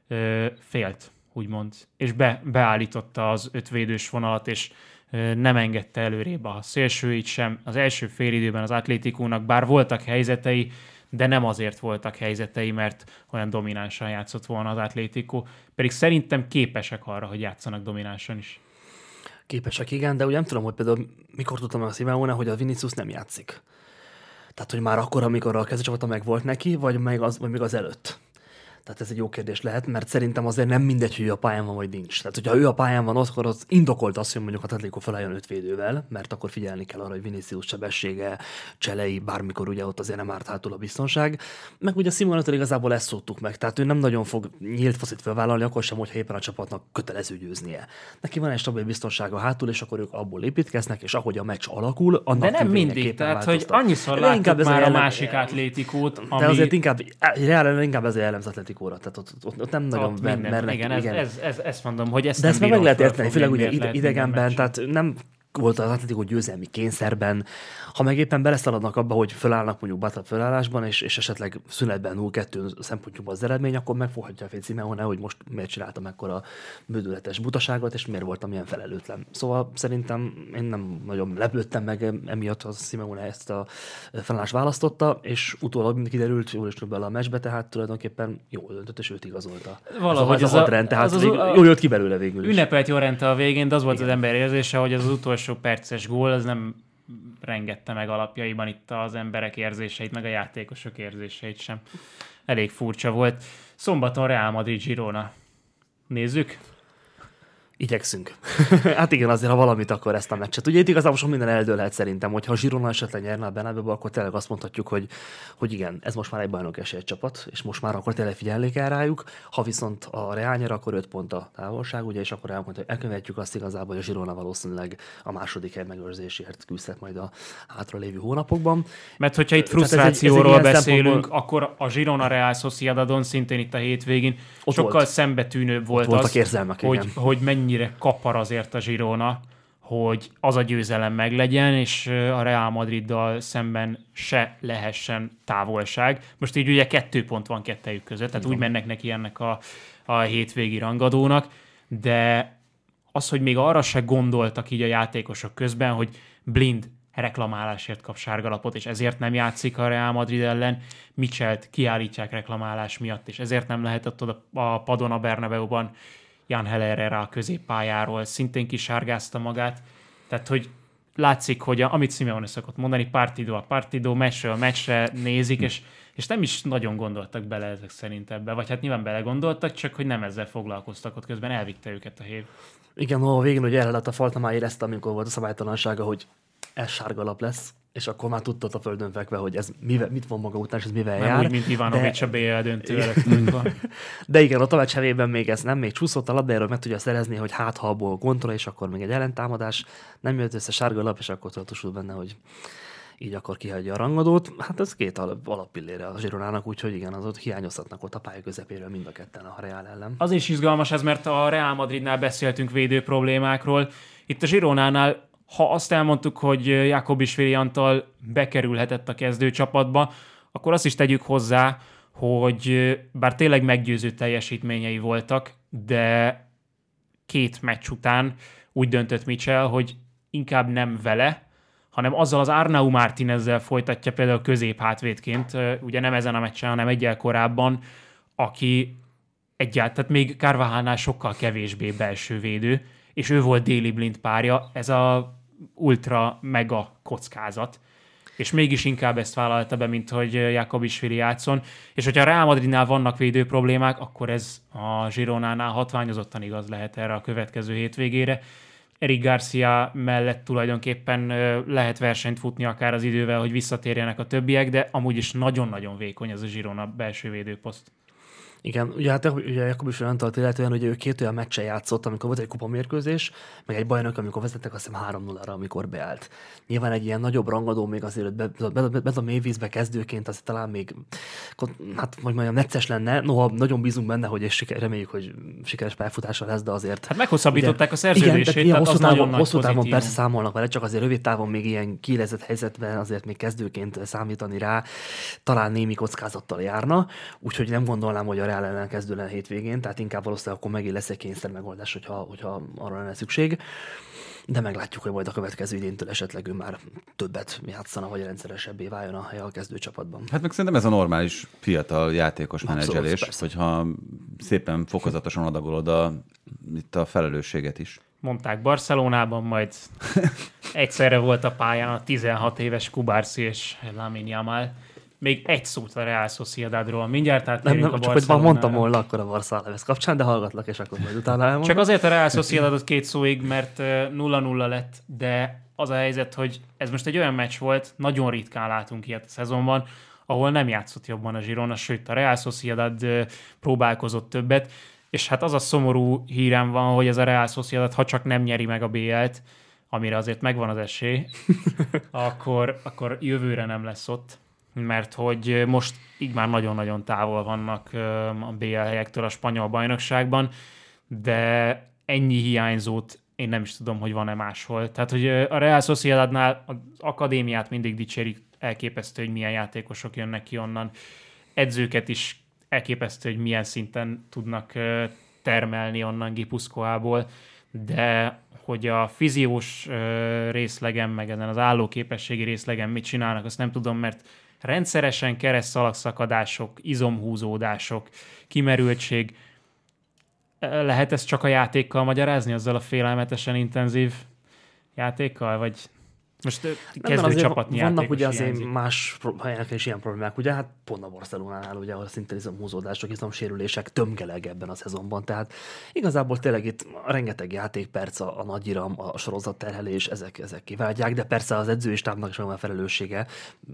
félt, úgymond. És beállította az ötvédős vonalat, és nem engedte előrébb a szélsőit sem. Az első félidőben az Atlétikónak bár voltak helyzetei, de nem azért voltak helyzetei, mert olyan dominánsan játszott volna az Atlético, pedig szerintem képesek arra, hogy játszanak dominánsan is. Képesek, igen, de úgy nem tudom, hogy például mikor tudtam meg a Simeone, hogy a Vinicius nem játszik. Tehát, hogy már akkor, amikor a kezdőcsapata meg volt neki, vagy még az előtt. Tehát ez egy jó kérdés lehet, mert szerintem azért nem mindegy, hogy ő a pályán van, vagy nincs. Tehát, hogyha ő a pályán van, akkor az indokolt azt, hogy mondjuk a Atlético felálljon 5 védővel, mert akkor figyelni kell arra, hogy Vinicius sebessége, cselei, bármikor ugye ott azért nem árt hátul a biztonság. Meg ugye Simeone-től igazából ezt szoktuk meg. Tehát ő nem nagyon fog nyílt faszit felvállalni, akkor sem, hogyha éppen a csapatnak kötelező győznie. Neki van egy stabil biztonsága hátul, és akkor ők abból építkeznek, és ahogy a meccs alakul, annak de nem mindig, tehát hogy annyiszor láttuk már a másik Atlétikót, ami... De azért inkább ez a jellemző Atlétikóra, tehát ott nem nagyon mernek. Igen, ezt mondom, hogy ezt de nem ezt meg lehet érteni, főleg ugye idegenben, tehát nem volt az Atlético győzelmi kényszerben. Ha meg éppen beleszaladnak abba, hogy fölállnak mondjuk Bata fölállásban, és esetleg szünetben 0-2 szempontjukban az eredmény, akkor megfoghatja a fél Simeone, hogy most miért csináltam ekkora bődületes butaságot, és miért voltam ilyen felelőtlen. Szóval szerintem én nem nagyon lepődtem meg emiatt, hogy Simeone ezt a felállást választotta, és utólag mind kiderült, jól is bele a meccsbe, tehát tulajdonképpen jól döntött, és őt igazolta. Valahogy az a hadrend, tehát jól jött ki belőle végül is. Ünnepelt Llorente a végén, de az volt az ember érzése, hogy az utolsó perces gól, az nem rengette meg alapjaiban itt az emberek érzéseit, meg a játékosok érzéseit sem. Elég furcsa volt. Szombaton Real Madrid Girona. Nézzük? Igyekszünk. Hát igen, azért, ha valamit, akkor ezt a meccset. Ugye itt igazából sok minden eldőlhet szerintem, hogy ha a Girona esetleg nyerne a Bernabéuba, akkor tényleg azt mondhatjuk, hogy igen, ez most már egy bajnok esély csapat, és most már akkor tényleg figyelni kell rájuk. Ha viszont a Real nyer, akkor 5 pont a távolság, ugye, és akkor elkövetjük azt igazából, hogy a Girona valószínűleg a második hely megőrzéséért küzdhet majd a hátralévő hónapokban. Mert hogyha itt frusztrációról beszélünk, akkor a Girona Real Sociedadon szintén itt a hétvégén sokkal szembetűnőbb volt az, hogy mennyire kapar azért a Girona, hogy az a győzelem meglegyen, és a Real Madriddal szemben se lehessen távolság. Most így ugye 2 pont van kettejük között, tehát úgy mennek neki ennek a hétvégi rangadónak, de az, hogy még arra se gondoltak így a játékosok közben, hogy Blind reklamálásért kap sárgalapot, és ezért nem játszik a Real Madrid ellen, Michelt kiállítják reklamálás miatt, és ezért nem lehetett oda a padon a Bernabeuban Jan Herrera a középpályáról, szintén kisárgázta magát. Tehát, hogy látszik, hogy amit Simeone szokott mondani, partido a partido, meccsről meccsre nézik, és nem is nagyon gondoltak bele ezek szerint ebbe. Vagy hát nyilván belegondoltak, csak hogy nem ezzel foglalkoztak, ott közben elvitte őket a hév. Igen, a végén ugye elhellett a falta, már érezte, amikor volt a szabálytalansága, hogy ez sárgalap lesz, és akkor már tudtott a földön fekve, hogy ez mit von maga után, és ez mivel nem jár. Úgy, mint Ivanovics a BL döntő De igen, a meccs hevében még ez nem, még csúszott a labdáról, meg tudja szerezni, hogy hát ha abból kontroll, és akkor még egy ellentámadás, nem jött össze sárgalap, és akkor tudatosul benne, hogy így akkor kihagyja a rangadót. Hát ez 2 alappillére a Gironának, úgyhogy igen, az ott hiányozhatnak ott a pálya közepéről mind a ketten a Real ellen. Az is izgalmas ez, mert a Real Madridnál beszéltünk védő problémákról. Itt a Gironánál, ha azt elmondtuk, hogy Jakobisvili Antal bekerülhetett a kezdőcsapatba, akkor azt is tegyük hozzá, hogy bár tényleg meggyőző teljesítményei voltak, de 2 meccs után úgy döntött Michel, hogy inkább nem vele, hanem azzal az Arnau Martinezzel folytatja például középhátvédként, ugye nem ezen a meccsen, hanem egyel korábban, aki egyáltalán még Carvajalnál sokkal kevésbé belső védő, és ő volt Daley Blind párja, ez a ultra mega kockázat, és mégis inkább ezt vállalta be, mint hogy Jakobisvili játszon, és hogyha a Real Madridnál vannak védő problémák, akkor ez a Gironánál hatványozottan igaz lehet erre a következő hétvégére. Eric Garcia mellett tulajdonképpen lehet versenyt futni akár az idővel, hogy visszatérjenek a többiek, de amúgy is nagyon-nagyon vékony ez a Girona belső védőposzt. Igen, ugye hát ugye Jakub is Antalt illetően, hogy ő 2 olyan meccsen játszott, amikor volt egy kupamérkőzés, meg egy bajnok, amikor vezettek azt hiszem 3-0-ra, amikor beállt. Nyilván egy ilyen nagyobb rangadó még azért be a mélyvízbe kezdőként azért talán még, hát hogy mondjam, necces lenne, noha nagyon bízunk benne, hogy reméljük, hogy sikeres pályafutása lesz, de azért... Hát meghosszabbították a szerződését, igen, tehát hosszú távon persze számolnak vele, csak azért rövid távon még ilyen kiélezett helyzetben azért még kezdőként számítani rá, talán némi kockázattal járna, úgyhogy nem gondolnám, hogy a Real ellen kezdő lenne hétvégén, tehát inkább valószínűleg akkor megint lesz egy kényszer megoldás, hogyha arra lenne szükség. De meglátjuk, hogy majd a következő idéntől esetleg ő már többet játszana, vagy rendszeresebbé váljon a helye a kezdőcsapatban. Hát meg szerintem ez a normális fiatal játékos menedzselés, persze. hogyha szépen fokozatosan adagolod itt a felelősséget is. Mondták Barcelonában, majd egyszerre volt a pályán a 16 éves Kubarsi és Lamine Yamal. Még egy szót a Real Sociedadról. Mindjárt áttérünk a Barcelonára. Csak hogy mondtam volna akkor a Barcelona kapcsán, de hallgatlak, és akkor majd utána elmondom. Csak azért a Real Sociedadot 2 szóig, mert 0-0 lett, de az a helyzet, hogy ez most egy olyan meccs volt, nagyon ritkán látunk ilyet a szezonban, ahol nem játszott jobban a Girona, sőt a Real Sociedad próbálkozott többet, és hát az a szomorú hírem van, hogy ez a Real Sociedad, ha csak nem nyeri meg a BL-t, amire azért megvan az esély, akkor jövőre nem lesz ott, mert hogy most így már nagyon-nagyon távol vannak a BL helyektől a spanyol bajnokságban, de ennyi hiányzót én nem is tudom, hogy van-e máshol. Tehát, hogy a Real Sociedadnál az akadémiát mindig dicsérik, elképesztő, hogy milyen játékosok jönnek ki onnan. Edzőket is elképesztő, hogy milyen szinten tudnak termelni onnan Gipuzkoából, de hogy a fiziós részlegen, meg ezen az állóképességi részlegen mit csinálnak, azt nem tudom, mert rendszeresen keresztszalagszakadások, izomhúzódások, kimerültség. Lehet ezt csak a játékkal magyarázni, azzal a félelmetesen intenzív játékkal, vagy most kezdő csapatnyi játékos vannak ugye azért hiányzik. más helyeken is ilyen problémák, ugye hát pont a Barcelonánál, ugye, ahol szintén izomhúzódások, izomsérülések tömkeleg ebben a szezonban, tehát igazából tényleg itt rengeteg játékperc, a nagy iram, a sorozatterhelés, ezek kivágyják, de persze az edzői stábnak is van felelőssége,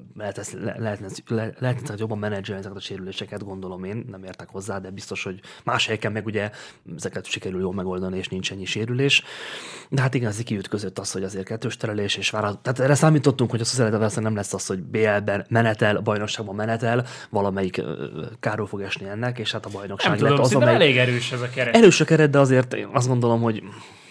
lehetne jobban menedzselni ezeket a sérüléseket, gondolom én, nem értek hozzá, de biztos, hogy más helyeken meg ugye ezeket sikerül jól megoldani, és nincs ennyi sérülés. De hát igen, ez kiütközött az, hogy azért kettős terelés, és tehát erre számítottunk, hogy a Sociedad nem lesz az, hogy BL-ben menetel, a bajnokságban menetel, valamelyik kárról fog esni ennek, és hát a bajnokság nem tudom, lett az, amely... elég erős ez a keret. Erős a keret, de azért én azt gondolom, hogy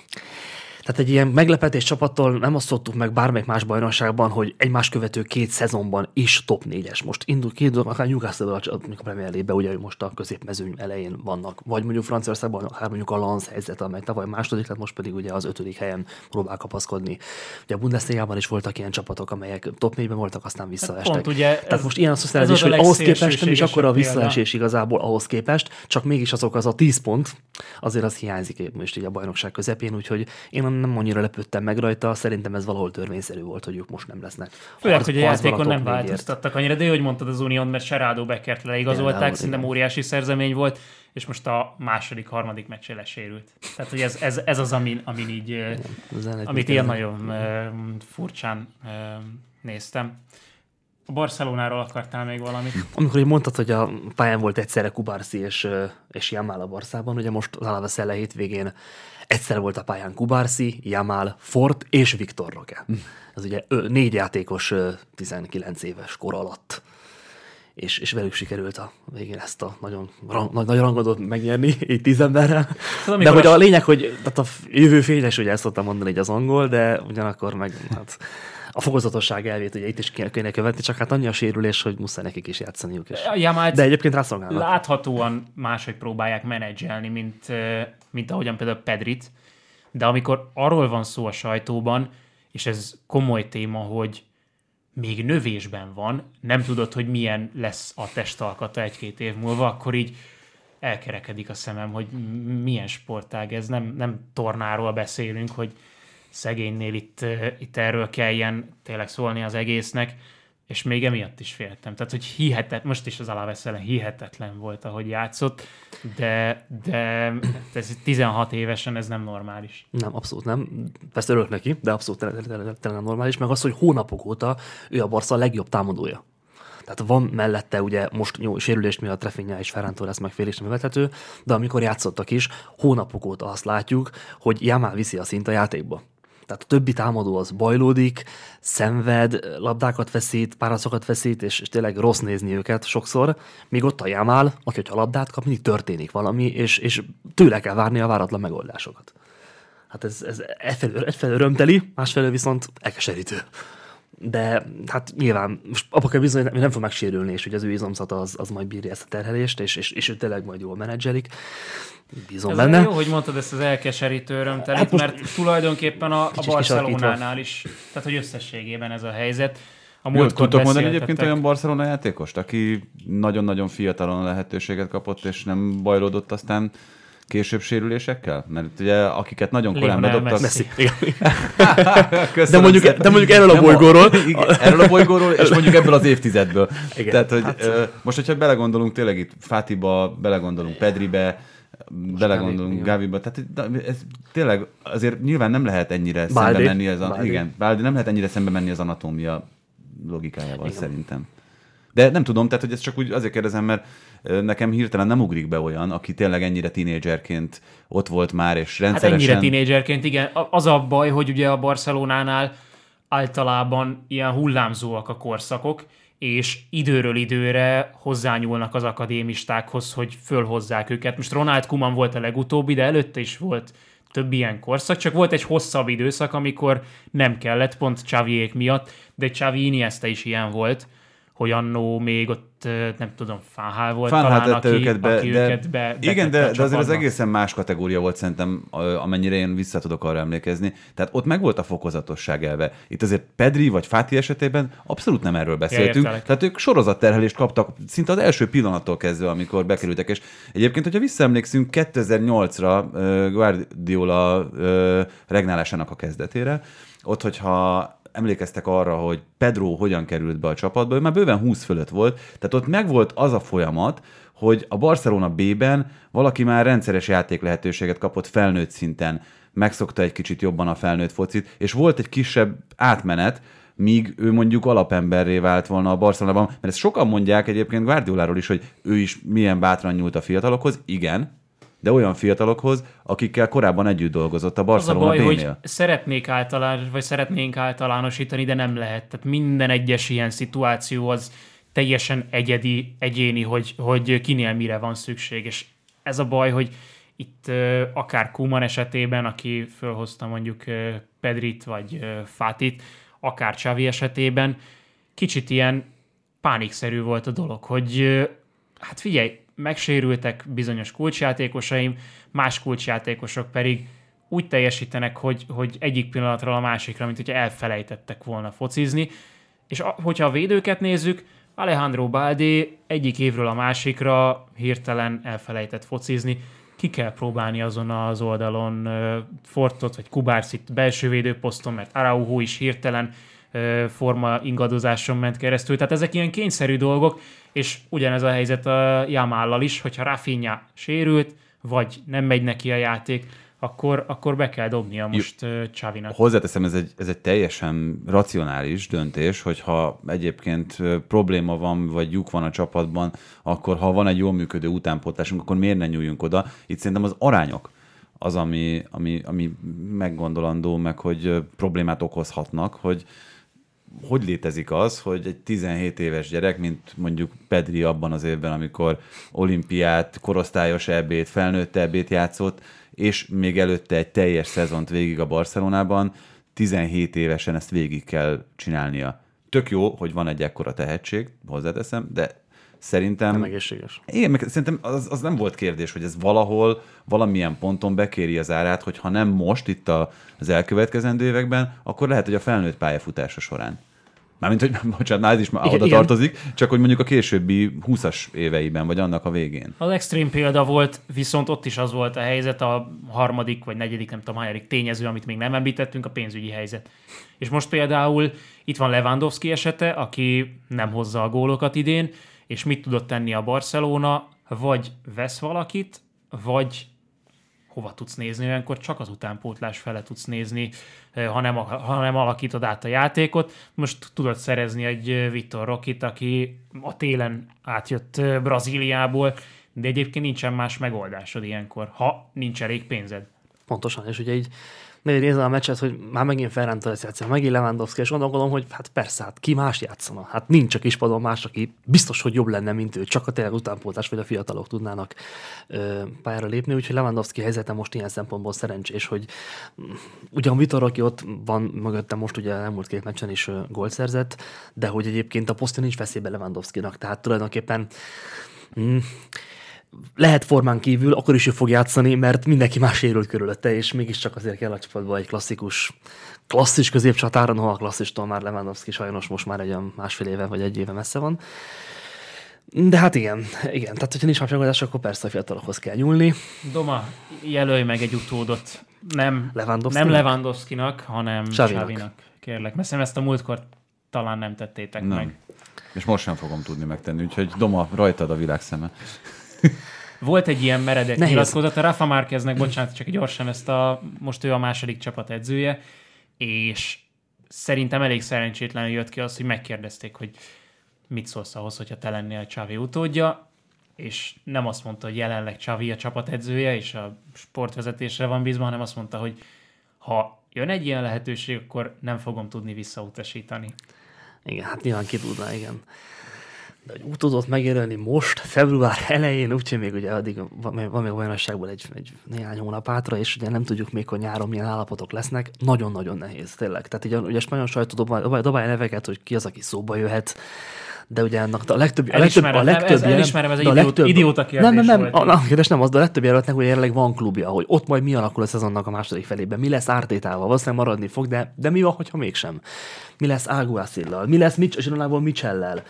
tehát egy ilyen meglepetés csapattól nem azt szoktuk meg bármelyik más bajnokságban, hogy egymás követő 2 szezonban is top 4-es. Most indul akár Newcastle-vel a Premier League-be, ugye most a középmezőny elején vannak. Vagy mondjuk Franciaországban akár mondjuk a Lens helyzet, amely tavaly második lett, most pedig ugye az 5. helyen próbál kapaszkodni. Ugye a Bundesligában is voltak ilyen csapatok, amelyek top 4-ben voltak, aztán visszaestek. Pont, ugye tehát most ilyen az is, hogy ahhoz képest nem is akkor a visszaesés igazából ahhoz képest, csak mégis azok az a 10 pont, azért az hiányzik most így a bajnokság közepén, úgyhogy én nem annyira lepődtem meg rajta, szerintem ez valahol törvényszerű volt, hogy ők most nem lesznek. Főleg, hogy a játékon nem változtattak annyira, de hogy mondtad az Unión, mert Gerardo Beckert leigazolták, szerintem óriási szerzemény volt, és most a harmadik meccsen lesérült. Tehát, hogy ez az, amin így, amit ilyen nagyon furcsán néztem. A Barcelonáról akartál még valamit? Amikor így mondtad, hogy a pályán volt egyszerre Kubarsi és Yamal a Barszában, ugye most az Alaves ellen hétvégén egyszer volt a pályán Kubarsi, Yamal, Fort és Victor Roque. Ez ugye 4 játékos 19 éves kor alatt. És velük sikerült a végén ezt a nagyon rangadót megnyerni, így 10 emberrel. De hogy a lényeg, hogy tehát a jövő fényes, ugye ezt szoktam mondani, hogy az angol, de ugyanakkor meg hát a fokozatosság elvét ugye itt is kéne követni, csak hát annyi a sérülés, hogy muszáj nekik is játszaniuk. De egyébként rászolgálnak. Láthatóan máshogy próbálják menedzselni, mint ahogyan például Pedrit, de amikor arról van szó a sajtóban, és ez komoly téma, hogy még növésben van, nem tudod, hogy milyen lesz a testalkata 1-2 év múlva, akkor így elkerekedik a szemem, hogy milyen sportág ez. Nem tornáról beszélünk, hogy szegénynél itt erről kelljen tényleg szólni az egésznek, és még emiatt is féltem. Tehát, hogy most is az Alaves ellen hihetetlen volt, ahogy játszott, de ez 16 évesen ez nem normális. Nem, abszolút nem. Persze örülök neki, de abszolút nem normális, meg az, hogy hónapok óta ő a Barca legjobb támadója. Tehát van mellette ugye most sérülés miatt Rafinha és Ferran Torres megférésre vethető, de amikor játszottak is, hónapok óta azt látjuk, hogy Yamal viszi a szint a játékba. Tehát a többi támadó az bajlódik, szenved, labdákat veszít, párharcokat veszít, és tényleg rossz nézni őket sokszor, míg ott a Yamal, aki hogyha labdát kap, mindig történik valami, és tőle kell várni a váratlan megoldásokat. Hát ez egyfelől örömteli, másfelől viszont elkeserítő. De hát nyilván most abba kell bizony, hogy nem fog megsérülni, és hogy az ő izomzata az majd bírja ezt a terhelést, és ő tényleg majd jól menedzselik. Bízom benne. Jó, hogy mondtad ezt az elkeserítő örömtelit, hát mert tulajdonképpen a Barcelonánál is, tehát hogy összességében ez a helyzet. Tudtok mondani egyébként olyan Barcelona játékost, aki nagyon-nagyon fiatalon a lehetőséget kapott, és nem bajlódott aztán később sérülésekkel? Mert ugye akiket nagyon korán bedobtak... Messi. de mondjuk erről a bolygóról. Erről a bolygóról, és mondjuk ebből az évtizedből. Igen. Tehát, hogy most, hogyha belegondolunk tényleg itt Fatiba, belegondolunk Pedribe, belegondolunk Gaviba, tehát ez tényleg azért nyilván nem lehet ennyire szembe menni Baldi nem lehet ennyire szembe menni az anatómia logikájával. Igen. Szerintem. De nem tudom, tehát hogy ezt csak úgy azért kérdezem, mert nekem hirtelen nem ugrik be olyan, aki tényleg ennyire tínédzserként ott volt már, és rendszeresen... Hát ennyire tínédzserként, igen. Az a baj, hogy ugye a Barcelonánál általában ilyen hullámzóak a korszakok, és időről időre hozzányúlnak az akadémistákhoz, hogy fölhozzák őket. Most Ronald Koeman volt a legutóbbi, de előtte is volt több ilyen korszak, csak volt egy hosszabb időszak, amikor nem kellett, pont Xaviék miatt, de Xavi Iniesta is ilyen volt, hogy annó még ott, nem tudom, Fánhál volt talán, aki őket be igen, de azért az egészen más kategória volt szerintem, amennyire én vissza tudok arra emlékezni. Tehát ott meg volt a fokozatosság elve. Itt azért Pedri vagy Fati esetében abszolút nem erről beszéltünk. Tehát ők sorozatterhelést kaptak szinte az első pillanattól kezdve, amikor bekerültek. És egyébként, hogyha visszaemlékszünk 2008-ra Guardiola regnálásának a kezdetére, ott, hogyha emlékeztek arra, hogy Pedro hogyan került be a csapatba, ő már bőven 20 fölött volt, tehát ott megvolt az a folyamat, hogy a Barcelona B-ben valaki már rendszeres játék lehetőséget kapott felnőtt szinten, megszokta egy kicsit jobban a felnőtt focit, és volt egy kisebb átmenet, míg ő mondjuk alapemberré vált volna a Barcelonában, mert ezt sokan mondják egyébként Guardioláról is, hogy ő is milyen bátran nyúlt a fiatalokhoz, igen, de olyan fiatalokhoz, akikkel korábban együtt dolgozott a Barcelona B-nél. Az a baj, hogy szeretnénk általánosítani, de nem lehet. Tehát minden egyes ilyen szituáció az teljesen egyéni, hogy kinél mire van szükség. És ez a baj, hogy itt akár Koeman esetében, aki fölhozta mondjuk Pedrit vagy Fatit, akár Xavi esetében, kicsit ilyen pánikszerű volt a dolog, hogy hát figyelj, megsérültek bizonyos kulcsjátékosaim, más kulcsjátékosok pedig úgy teljesítenek, hogy egyik pillanatról a másikra, mint hogyha elfelejtettek volna focizni. És hogyha a védőket nézzük, Alejandro Balde egyik évről a másikra hirtelen elfelejtett focizni. Ki kell próbálni azon az oldalon Fortot vagy Kubarcit belső védőposzton, mert Araujo is hirtelen forma ingadozáson ment keresztül. Tehát ezek ilyen kényszerű dolgok, és ugyanez a helyzet a Yamallal is, hogyha Rafinha sérült, vagy nem megy neki a játék, akkor be kell dobnia most Xavinak. Hozzáteszem, ez egy teljesen racionális döntés, hogyha egyébként probléma van, vagy lyuk van a csapatban, akkor ha van egy jól működő utánpótlásunk, akkor miért ne nyúljunk oda? Itt szerintem az arányok az, ami meggondolandó, meg hogy problémát okozhatnak, hogy létezik az, hogy egy 17 éves gyerek, mint mondjuk Pedri abban az évben, amikor olimpiát, korosztályos EB-t, felnőtt EB-t játszott, és még előtte egy teljes szezont végig a Barcelonában, 17 évesen ezt végig kell csinálnia. Tök jó, hogy van egy ekkora tehetség, hozzáteszem, de szerintem... Nem egészséges. Igen, meg szerintem az nem volt kérdés, hogy ez valahol, valamilyen ponton bekéri az árát, hogy ha nem most, itt az elkövetkezendő években, akkor lehet, hogy a felnőtt pályafutása során. Mármint, hogy bocsánat, már ez is oda tartozik, csak hogy mondjuk a későbbi 20-as éveiben, vagy annak a végén. Az extrém példa volt, viszont ott is az volt a helyzet, a harmadik, vagy negyedik, nem tudom, hanyadik tényező, amit még nem említettünk, a pénzügyi helyzet. És most például itt van Lewandowski esete, aki nem hozza a gólokat idén, és mit tudott tenni a Barcelona, vagy vesz valakit, vagy hova tudsz nézni, olyankor csak az utánpótlás fele tudsz nézni, ha nem alakítod át a játékot. Most tudod szerezni egy Vitor Roquit, aki a télen átjött Brazíliából, de egyébként nincsen más megoldásod ilyenkor, ha nincs elég pénzed. Pontosan, és ugye így nézem a meccset, hogy már megint Ferran Torres játszik, megint Lewandowski, és gondolom, hogy hát persze, hát ki más játszana? Hát nincs a kispadon más, aki biztos, hogy jobb lenne, mint ő, csak a tényleg utánpótlás vagy a fiatalok tudnának pályára lépni, úgyhogy Lewandowski helyzete most ilyen szempontból szerencsés, hogy ugyan Vitor, aki ott van mögöttem most ugye elmúlt 2 meccsen is gólt szerzett, de hogy egyébként a posztja nincs veszélybe Lewandowskinak, tehát tulajdonképpen lehet formán kívül, akkor is ő fog játszani, mert mindenki más sérült körülötte, és mégiscsak azért kell a csapatban egy klasszikus középcsatára, noha a klasszistól már Lewandowski sajnos most már egy 1,5 éve vagy 1 éve messze van. De hát igen, tehát hogyha nincs más megoldás, akkor persze a fiatalokhoz kell nyúlni. Doma, jelölj meg egy utódot. Nem Lewandowskinak, hanem Xavinak. Kérlek, mert ezt a múltkor talán nem tettétek meg. És most sem fogom tudni megtenni, úgyhogy Doma, rajtad a világ szeme. Volt egy ilyen meredek nyilatkozat a Rafa Márqueznek, bocsánat, csak gyorsan most ő a második csapat edzője, és szerintem elég szerencsétlenül jött ki az, hogy megkérdezték, hogy mit szólsz ahhoz, hogyha te lennél Xavi utódja, és nem azt mondta, hogy jelenleg Xavi a csapat edzője, és a sportvezetésre van bízva, hanem azt mondta, hogy ha jön egy ilyen lehetőség, akkor nem fogom tudni visszautasítani. Igen, hát nyilván ki tudná, igen. De hogy úgy tudott megjelölni most, február elején, úgyhogy még ugye addig van még bajnokságból egy néhány hónap hátra, és ugye nem tudjuk még, hogy nyáron milyen állapotok lesznek, nagyon-nagyon nehéz, tényleg. Tehát ugye a spanyol sajtó dobálja neveket, hogy ki az, aki szóba jöhet, de ugye ennek a legtöbb elismerem, ez egy idióta kérdés volt. Nem az, de a legtöbb jelöltnek ugye jelenleg van klubja, hogy ott majd mi alakul a szezonnak a második felében, mi lesz Artétával, valószínűleg maradni fog, de mi van, hogyha mégsem? Mi lesz Alguacillal? Mi lesz Zsinolából Michellel?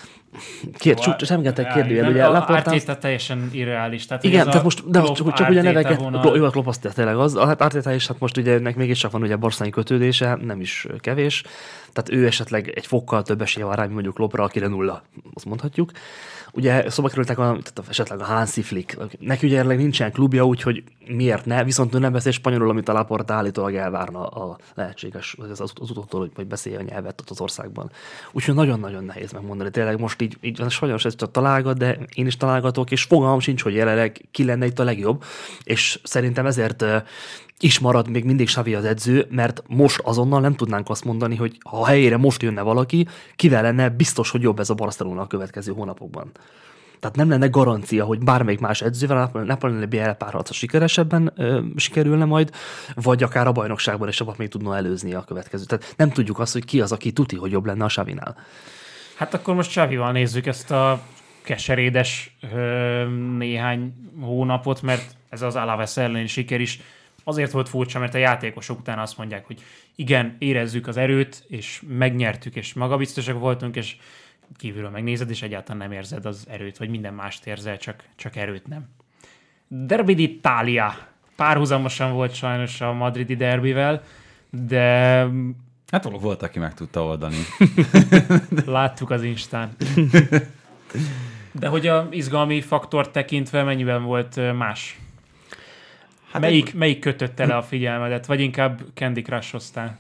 Semmigetek kérdőjel, ugye Artéta teljesen irreális. Tehát igen, tehát most de csak ugye neveket, jó, a Klopp azt tényleg az, hát Artéta is, hát most ugye ennek mégiscsak van ugye barcelonai kötődése, nem is kevés, tehát ő esetleg egy fokkal több esélye van rá, mint mondjuk Kloppra, akire 0, azt mondhatjuk. Ugye szóba kerültek esetleg a Hansi Flick, neki ugye jelenleg nincsen klubja, úgyhogy miért ne, viszont ő nem beszél spanyolul, amit a Laporta állítólag elvárna a lehetséges, az utódtól, hogy beszélje a nyelvet ott az országban. Úgyhogy nagyon-nagyon nehéz megmondani. Tényleg most így sajnos ez csak találgat, de én is találgatok, és fogalmam sincs, hogy jelenleg ki lenne itt a legjobb, és szerintem ezért is marad még mindig Xavi az edző, mert most azonnal nem tudnánk azt mondani, hogy ha a helyére most jönne valaki, kivel lenne biztos, hogy jobb ez a Barcelona a következő hónapokban. Tehát nem lenne garancia, hogy bármelyik más edzővel Napoli elpárharca sikeresebben sikerülne majd, vagy akár a bajnokságban is csapat még tudna előzni a következő. Tehát nem tudjuk azt, hogy ki az, aki tuti, hogy jobb lenne a Xavinál. Hát akkor most Xavival nézzük ezt a keserédes néhány hónapot, mert ez az Alaves elleni siker is azért volt furcsa, mert a játékosok utána azt mondják, hogy igen, érezzük az erőt, és megnyertük, és magabiztosak voltunk, és kívülről megnézed, és egyáltalán nem érzed az erőt, vagy minden mást érzel, csak erőt nem. Derby d'Italia. Párhuzamosan volt sajnos a madridi derbivel, de... Hát volt, aki meg tudta oldani. Láttuk az Instán. De hogy a izgalmi faktort tekintve mennyiben volt más? Hát melyik kötötte le a figyelmedet? Vagy inkább Candy Crush-oztál?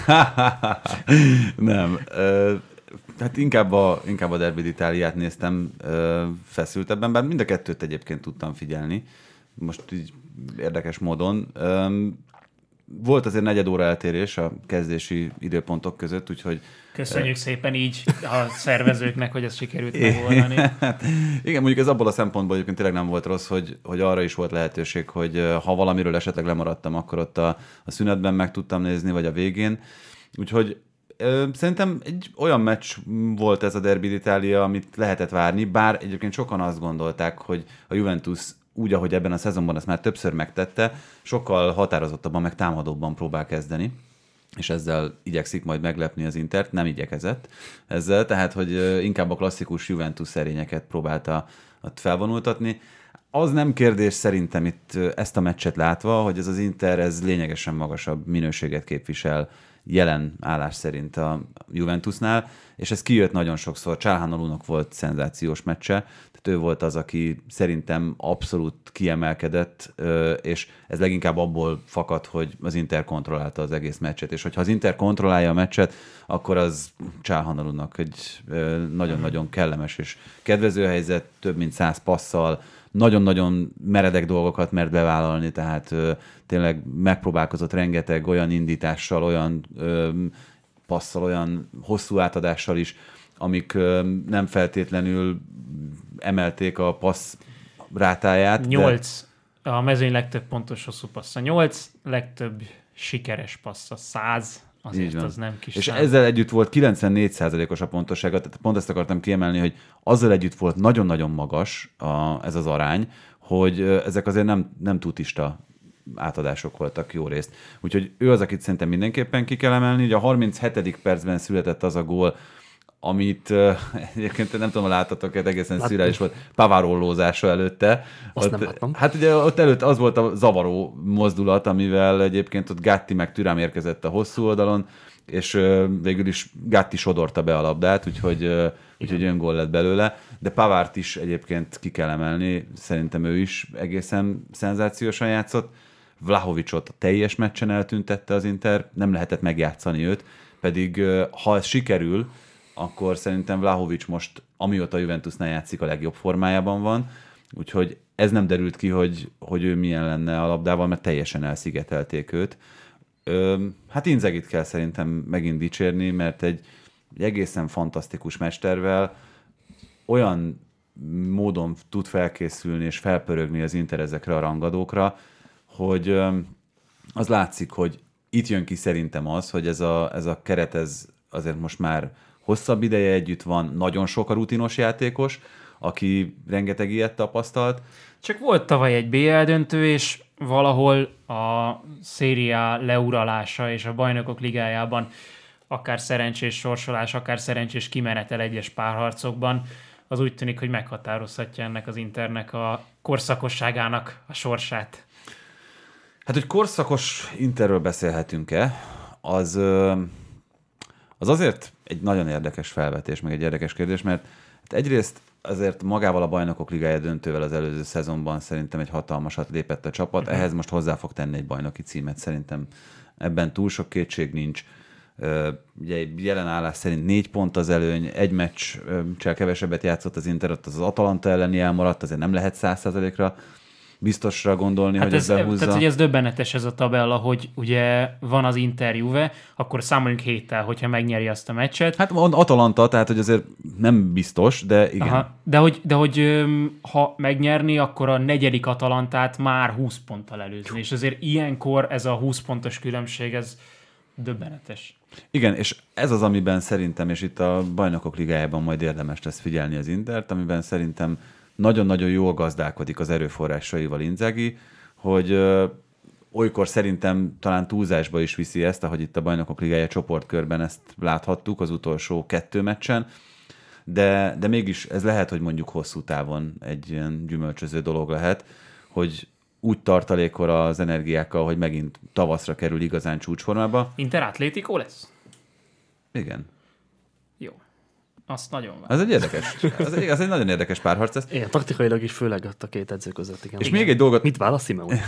Nem. Hát inkább a Derby d'Italiát néztem feszültebben, bár mind a kettőt egyébként tudtam figyelni. Most így érdekes módon. Volt azért 4 óra eltérés a kezdési időpontok között, úgyhogy... Köszönjük szépen így a szervezőknek, hogy ezt sikerült megoldani. Igen, mondjuk ez abból a szempontból egyébként tényleg nem volt rossz, hogy arra is volt lehetőség, hogy ha valamiről esetleg lemaradtam, akkor ott a szünetben meg tudtam nézni, vagy a végén. Úgyhogy szerintem egy olyan meccs volt ez a Derby d'Italia, amit lehetett várni, bár egyébként sokan azt gondolták, hogy a Juventus úgy, ahogy ebben a szezonban ezt már többször megtette, sokkal határozottabban, meg támadóbban próbál kezdeni, és ezzel igyekszik majd meglepni az Intert, nem igyekezett ezzel, tehát hogy inkább a klasszikus Juventus szerényeket próbálta felvonultatni. Az nem kérdés szerintem itt ezt a meccset látva, hogy ez az Inter ez lényegesen magasabb minőséget képvisel jelen állás szerint a Juventusnál, és ez kijött nagyon sokszor. Çalhanoğlunak volt szenzációs meccse, tehát ő volt az, aki szerintem abszolút kiemelkedett, és ez leginkább abból fakad, hogy az Inter kontrollálta az egész meccset, és hogyha az Inter kontrollálja a meccset, akkor az Çalhanoğlunak egy nagyon-nagyon kellemes és kedvező helyzet, több mint 100 passzal, nagyon-nagyon meredek dolgokat mert bevállalni, tehát tényleg megpróbálkozott rengeteg olyan indítással, olyan passzal, olyan hosszú átadással is, amik nem feltétlenül emelték a passz rátáját. 8. De... A mezőny legtöbb pontos hosszú passza 8, legtöbb sikeres passza 100. Azért az nem kis és szám. ezzel együtt volt 94%-os a pontossága, tehát pont ezt akartam kiemelni, hogy azzal együtt volt nagyon-nagyon magas ez az arány, hogy ezek azért nem tutista átadások voltak jó részt. Úgyhogy ő az, akit szerintem mindenképpen ki kell emelni. Ugye a 37. percben született az a gól, amit egyébként nem tudom, láttatok, egészen szürreális volt, Pavarollózása előtte. Azt nem láttam. Hát ugye ott előtt az volt a zavaró mozdulat, amivel egyébként ott Gatti meg Thuram érkezett a hosszú oldalon, és végül is Gatti sodorta be a labdát, úgyhogy öngól lett belőle. De Pavárt is egyébként ki kell emelni, szerintem ő is egészen szenzációsan játszott. Vlahovicsot a teljes meccsen eltüntette az Inter, nem lehetett megjátszani őt, pedig ha ez sikerül, akkor szerintem Vlahovics most, amióta a Juventusnál játszik, a legjobb formájában van, úgyhogy ez nem derült ki, hogy ő milyen lenne a labdával, mert teljesen elszigetelték őt. Hát Inzagit kell szerintem megint dicsérni, mert egy egészen fantasztikus mesterrel olyan módon tud felkészülni és felpörögni az Inter ezekre a rangadókra, hogy az látszik, hogy itt jön ki szerintem az, hogy ez a keret ez azért most már hosszabb ideje együtt van, nagyon sok a rutinos játékos, aki rengeteg ilyet tapasztalt. Csak volt tavaly egy BL döntő, és valahol a Serie A leuralása és a Bajnokok Ligájában akár szerencsés sorsolás, akár szerencsés kimenetel egyes párharcokban, az úgy tűnik, hogy meghatározhatja ennek az Internek a korszakosságának a sorsát. Hát, hogy korszakos Interről beszélhetünk-e, az azért egy nagyon érdekes felvetés, meg egy érdekes kérdés, mert egyrészt azért magával a Bajnokok Ligája döntővel az előző szezonban szerintem egy hatalmasat lépett a csapat, ehhez most hozzá fog tenni egy bajnoki címet, szerintem ebben túl sok kétség nincs. Ugye jelen állás szerint 4 pont az előny, egy meccsel kevesebbet játszott az Inter, ott az Atalanta elleni elmaradt, azért nem lehet 100%-ra biztosra gondolni, hogy ez behúzza. Tehát, hogy ez döbbenetes ez a tabella, hogy ugye van az Inter Juve, akkor számoljunk héttel, hogyha megnyeri azt a meccset. Hát van Atalanta, tehát hogy azért nem biztos, de igen. Aha, de hogy ha megnyerni, akkor a 4. Atalantát már 20 ponttal előzni, és azért ilyenkor ez a 20 pontos különbség, ez döbbenetes. Igen, és ez az, amiben szerintem, és itt a Bajnokok Ligájában majd érdemes lesz figyelni az Intert, amiben szerintem nagyon-nagyon jól gazdálkodik az erőforrásaival Inzaghi, hogy olykor szerintem talán túlzásba is viszi ezt, ahogy itt a Bajnokok Ligája csoportkörben ezt láthattuk az utolsó 2 meccsen, de mégis ez lehet, hogy mondjuk hosszú távon egy ilyen gyümölcsöző dolog lehet, hogy úgy tartalékol az energiákkal, hogy megint tavaszra kerül igazán csúcsformába. Inter Atlético lesz? Igen. Jó. Azt nagyon vár. Ez egy érdekes, ez egy nagyon érdekes párharc. Ez. Igen, taktikailag is főleg ott a két edző között. Igen. És még egy dolgot... Mit válasz Simeone?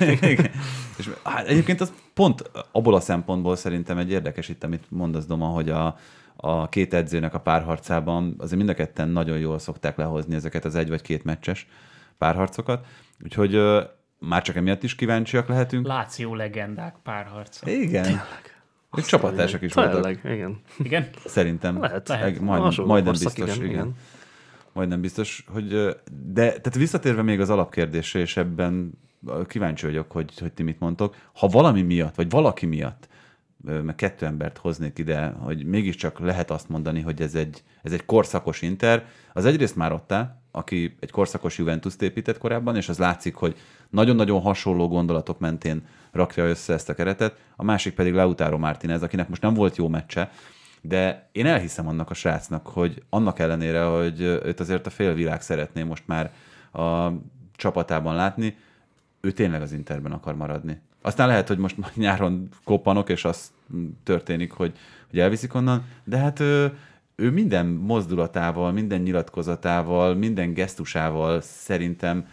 És hát egyébként az pont abból a szempontból szerintem egy érdekes itt, amit mondasz, Doma, hogy a két edzőnek a párharcában azért mind a ketten nagyon jól szokták lehozni ezeket az 1 vagy 2 meccses párharcokat. Úgyhogy már csak emiatt is kíváncsiak lehetünk. Láció legendák párharca. Igen. És csapattársak is voltak. Igen. Igen? Szerintem. Lehet. Majdnem biztos, igen. Majdnem biztos, hogy... De tehát visszatérve még az alapkérdésre, és ebben kíváncsi vagyok, hogy ti mit mondtok. Ha valami miatt, vagy valaki miatt, meg 2 embert hoznék ide, hogy mégiscsak lehet azt mondani, hogy ez egy korszakos Inter, az egyrészt Marotta, aki egy korszakos Juventust épített korábban, és az látszik, hogy nagyon-nagyon hasonló gondolatok mentén rakja össze ezt a keretet, a másik pedig Lautaro Martinez, akinek most nem volt jó meccse, de én elhiszem annak a srácnak, hogy annak ellenére, hogy őt azért a félvilág szeretné most már a csapatában látni, ő tényleg az Interben akar maradni. Aztán lehet, hogy most nyáron koppanok, és az történik, hogy elviszik onnan, de hát ő minden mozdulatával, minden nyilatkozatával, minden gesztusával szerintem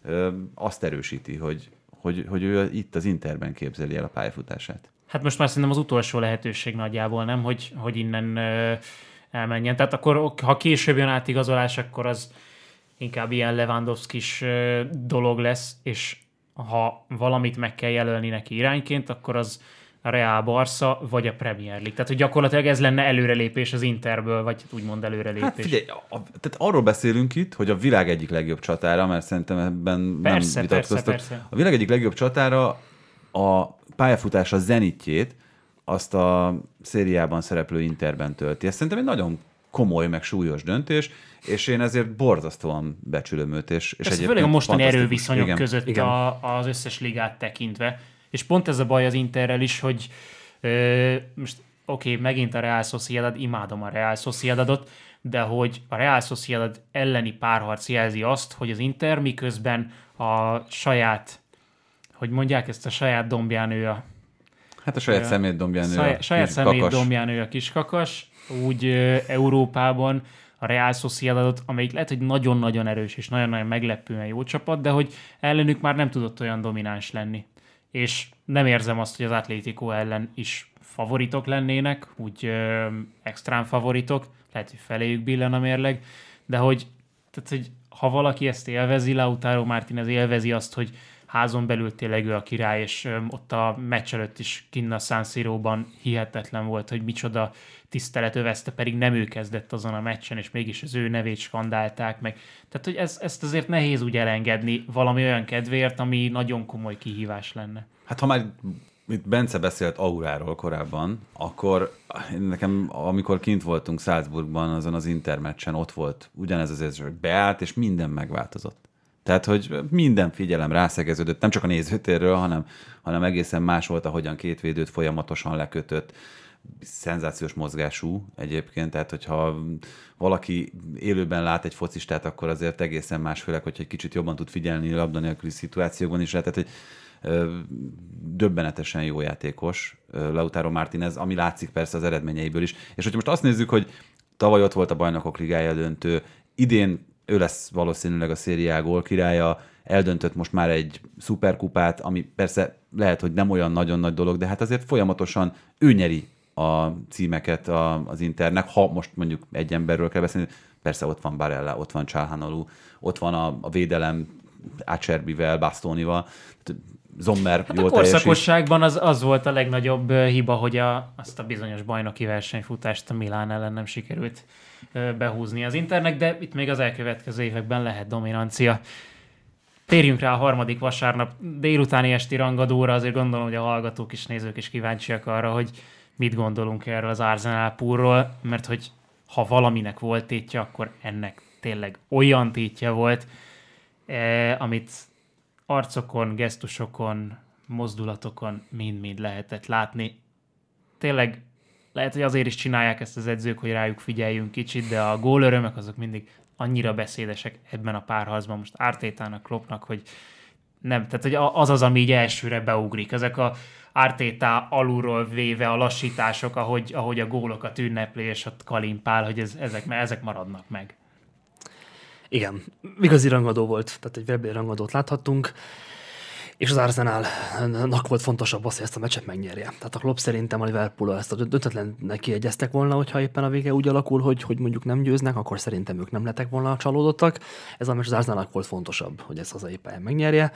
azt erősíti, hogy ő itt az Interben képzeli el a pályafutását. Hát most már szerintem az utolsó lehetőség nagyjából, nem? Hogy innen elmenjen. Tehát akkor, ha később jön átigazolás, akkor az inkább ilyen Lewandowski-s dolog lesz, és ha valamit meg kell jelölni neki irányként, akkor az a Real Barca vagy a Premier League. Tehát, hogy gyakorlatilag ez lenne előrelépés az Interből, vagy úgymond előrelépés. Hát figyelj, tehát arról beszélünk itt, hogy a világ egyik legjobb csatára, mert szerintem ebben nem vitatkoztok. Persze. A világ egyik legjobb csatára a pályafutása zenitjét azt a szériában szereplő Interben tölti. Ez szerintem egy nagyon komoly, meg súlyos döntés, és én ezért borzasztóan becsülöm őt. És főleg a mostani erőviszonyok között az összes ligát tekintve. És pont ez a baj az Interrel is, hogy most megint a Real Sociedad, imádom a Real Sociedadot, de hogy a Real Sociedad elleni párharc jelzi azt, hogy az Inter miközben a saját, hogy mondják ezt, a saját dombján ő a... Hát a saját szemét dombján ő a saját szemét dombján ő a kiskakas, úgy Európában a Real Sociedadot, amelyik lehet, hogy nagyon-nagyon erős és nagyon-nagyon meglepően jó csapat, de hogy ellenük már nem tudott olyan domináns lenni. És nem érzem azt, hogy az Atlético ellen is favoritok lennének, úgy extrán favoritok, lehet, hogy feléjük billen a mérleg, de hogy ha valaki ezt élvezi, Lautaro Martínez élvezi azt, hogy házon belül tényleg ő a király, és ott a meccs előtt is kinn a San Siróban hihetetlen volt, hogy micsoda tisztelet övezte, pedig nem ő kezdett azon a meccsen, és mégis az ő nevét skandálták meg. Tehát, hogy ezt azért nehéz úgy elengedni valami olyan kedvéért, ami nagyon komoly kihívás lenne. Hát ha már itt Bence beszélt auráról korábban, akkor nekem, amikor kint voltunk Salzburgban, azon az Inter meccsen ott volt ugyanez az érzés, hogy beállt, és minden megváltozott. Tehát, hogy minden figyelem rászegeződött, nem csak a nézőtérről, hanem egészen más volt, ahogyan két védőt folyamatosan lekötött. Szenzációs mozgású egyébként, tehát hogyha valaki élőben lát egy focistát, akkor azért egészen más, főleg, hogyha egy kicsit jobban tud figyelni labda nélküli szituációkban is, tehát hogy döbbenetesen jó játékos Lautaro Martínez, ami látszik persze az eredményeiből is. És hogyha most azt nézzük, hogy tavaly ott volt a Bajnokok Ligája döntő, idén ő lesz valószínűleg a Serie A gólkirálya, eldöntött most már egy szuperkupát, ami persze lehet, hogy nem olyan nagyon nagy dolog, de hát azért folyamatosan ő nyeri a címeket az Internek, ha most mondjuk egy emberről kell beszélni, persze ott van Barella, ott van Çalhanoğlu, ott van a védelem Acerbivel, Bastonival, Sommer hát jól a korszakosságban az volt a legnagyobb hiba, hogy azt a bizonyos bajnoki versenyfutást a Milán ellen nem sikerült behúzni az Internek, de itt még az elkövetkező években lehet dominancia. Térjünk rá a harmadik vasárnap délutáni esti rangadóra, azért gondolom, hogy a hallgatók is, nézők is kíváncsiak arra, hogy mit gondolunk erről az Arsenal púrról, mert hogy ha valaminek volt tétje, akkor ennek tényleg olyan tétje volt, amit arcokon, gesztusokon, mozdulatokon mind-mind lehetett látni. Tényleg lehet, hogy azért is csinálják ezt az edzők, hogy rájuk figyeljünk kicsit, de a gólörömök azok mindig annyira beszédesek ebben a párharcban, most Artétának, Kloppnak, hogy nem, tehát hogy az, ami így elsőre beugrik. Ezek a Artéta alulról véve a lassítások, ahogy a gólokat ünnepli, és ott kalimpál, hogy ezek maradnak meg. Igen, igazi rangadó volt, tehát egy web rangadót láthattunk, és az Arsenalnak volt fontosabb az, hogy ezt a meccset megnyerje. Tehát a Klopp szerintem a Liverpool-al ezt a döntetlennek kiegyeztek volna, hogyha éppen a vége úgy alakul, hogy mondjuk nem győznek, akkor szerintem ők nem lettek volna csalódottak. Ez a meccs az Arsenalnak volt fontosabb, hogy ezt az éppen megnyerje,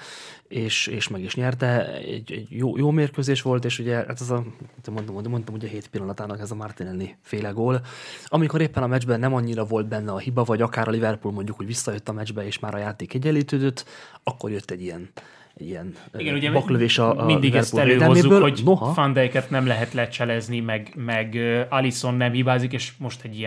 és meg is nyerte. Egy jó mérkőzés volt, és ugye hát mondtam ugye 7 pillanatának ez a Martinelli féle gól. Amikor éppen a meccsben nem annyira volt benne a hiba, vagy akár a Liverpool mondjuk, hogy visszajött a meccsbe, és már a játék egyenlítődött, akkor jött egy ilyen igen, ugye baklövés a mindig ezt előhozzuk, hogy Van Dijket nem lehet lecselezni, meg Alisson nem hibázik, és most egy ilyen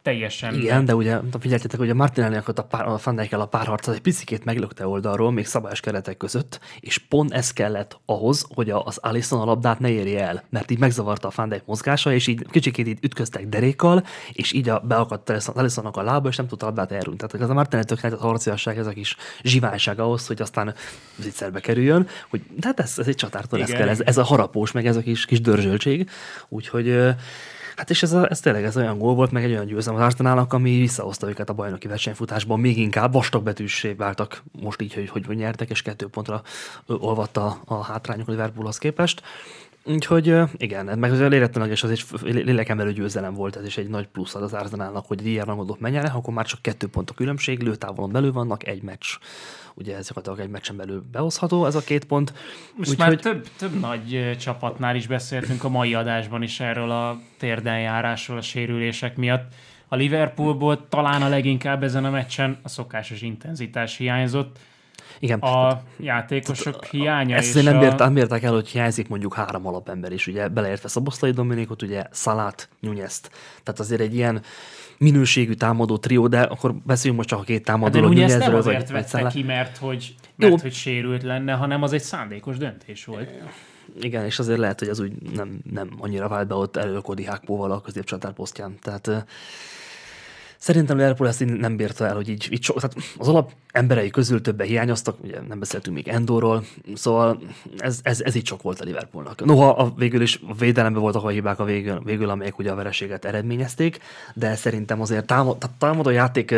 teljesen... Igen, de ugye figyeljetek, hogy a Martinelli-nek a Van Dijkkel a párharcot egy picikét meglökte oldalról, még szabályos keretek között, és pont ez kellett ahhoz, hogy az Alisson a labdát ne érje el, mert így megzavarta a Van Dijk mozgása, és így kicsikét így ütköztek derékkal, és így beakadt Alissonnak a lába, és nem tudta a labdát elrúgni. Tehát ez a Martinelli tökéletes harciasság, ez a kis zsiványság ahhoz, hogy aztán zicserbe kerüljön, hogy hát ez egy csatártól, ez kell, ez a harapós, meg ez a kis dörzsöltség. Úgyhogy hát és ez tényleg ez olyan gól volt, meg egy olyan győzelem az Arsenalnak, ami visszahozta őket a bajnoki versenyfutásban, még inkább vastagbetűssé váltak most így, hogy nyertek, és 2 pontra olvatta a hátrányuk a Liverpoolhoz képest. Úgyhogy igen, meg az lélektalag, és az egy lélekemelő győzelem volt, ez is egy nagy plusz az Arsenalnak, hogy ilyen rangodót menjenek, akkor már csak 2 pont a különbség, lőtávolon belül vannak, egy meccs. Ugye ez gyakorlatilag egy meccsen belül behozható, ez a 2 pont. Most már több nagy csapatnál is beszéltünk a mai adásban is erről a térdenjárásról, a sérülések miatt. A Liverpoolból talán a leginkább ezen a meccsen a szokásos intenzitás hiányzott. Igen. A játékosok hiánya. Ezt én nem értek el, hogy hiányzik mondjuk 3 alapember is, ugye beleértve Szoboszlai Dominikot, ugye Salát, Núñezt. Tehát azért egy ilyen minőségű támadó trió, de akkor beszéljünk most csak a 2 támadóról. De Núñez nem azért vette ki, mert hogy sérült lenne, hanem az egy szándékos döntés volt. Igen, és azért lehet, hogy az úgy nem annyira vált be ott elő Cody Gakpóval a középcsatár posztján. Tehát szerintem Liverpool ezt nem bírta el, hogy így tehát az alap emberei közül többen hiányoztak, ugye nem beszéltünk még Endorról, szóval ez így sok volt a Liverpoolnak. Noha végül is a védelemben voltak a hibák a végül, amelyek ugye a vereséget eredményezték, de szerintem azért támadó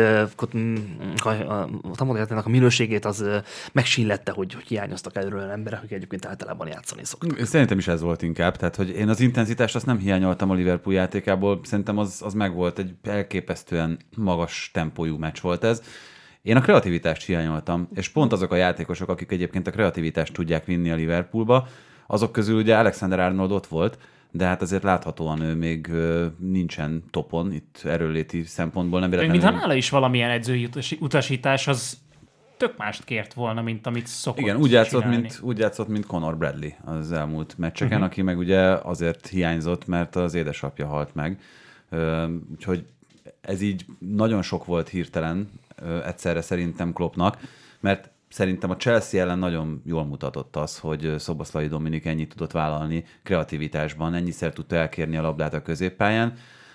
játéknak a minőségét az megsínlette, hogy hiányoztak előről emberek, akik egyébként általában játszani szoktak. Szerintem is ez volt inkább, tehát hogy én az intenzitást azt nem hiányoltam a Liverpool játékából, szerintem az megvolt, egy elképesztően magas tempójú meccs volt ez. Én a kreativitást hiányoltam, és pont azok a játékosok, akik egyébként a kreativitást tudják vinni a Liverpoolba, azok közül ugye Alexander-Arnold ott volt, de hát azért láthatóan ő még nincsen topon, itt erőléti szempontból nem véletlenül. Mintha nála is valamilyen edzői utasítás az tök mást kért volna, mint amit szokott. Igen, úgy játszott, mint Conor Bradley az elmúlt meccseken, aki meg ugye azért hiányzott, mert az édesapja halt meg. Úgyhogy ez így nagyon sok volt hirtelen egyszerre szerintem Kloppnak, mert szerintem a Chelsea ellen nagyon jól mutatott az, hogy Szoboszlai Dominik ennyit tudott vállalni kreativitásban, ennyiszer tudta elkérni a labdát a középpályán.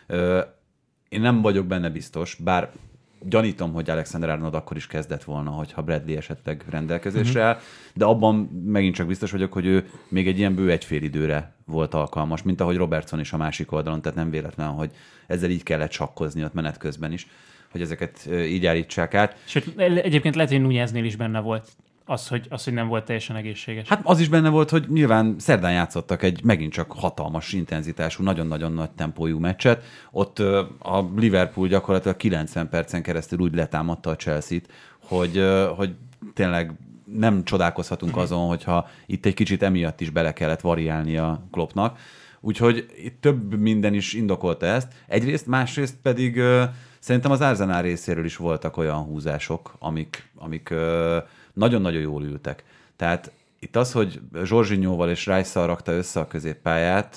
Én nem vagyok benne biztos, bár gyanítom, hogy Alexander-Arnold akkor is kezdett volna, hogyha Bradley esetleg rendelkezésre áll, de abban megint csak biztos vagyok, hogy ő még egy ilyen bő egyfél időre volt alkalmas, mint ahogy Robertson is a másik oldalon, tehát nem véletlen, hogy ezzel így kellett sakkozni ott menet közben is, hogy ezeket így állítsák át. Sőt, egyébként lehet, hogy Núñeznél is benne volt az, hogy nem volt teljesen egészséges. Hát az is benne volt, hogy nyilván szerdán játszottak egy megint csak hatalmas intenzitású, nagyon-nagyon nagy tempójú meccset. Ott a Liverpool gyakorlatilag 90 percen keresztül úgy letámadta a Chelsea-t, hogy tényleg nem csodálkozhatunk azon, hogyha itt egy kicsit emiatt is bele kellett variálni a Kloppnak. Úgyhogy itt több minden is indokolta ezt. Egyrészt, másrészt pedig szerintem az Arsenal részéről is voltak olyan húzások, amik nagyon-nagyon jól ültek. Tehát itt az, hogy Jorginhoval és Rice-szal rakta össze a középpályát,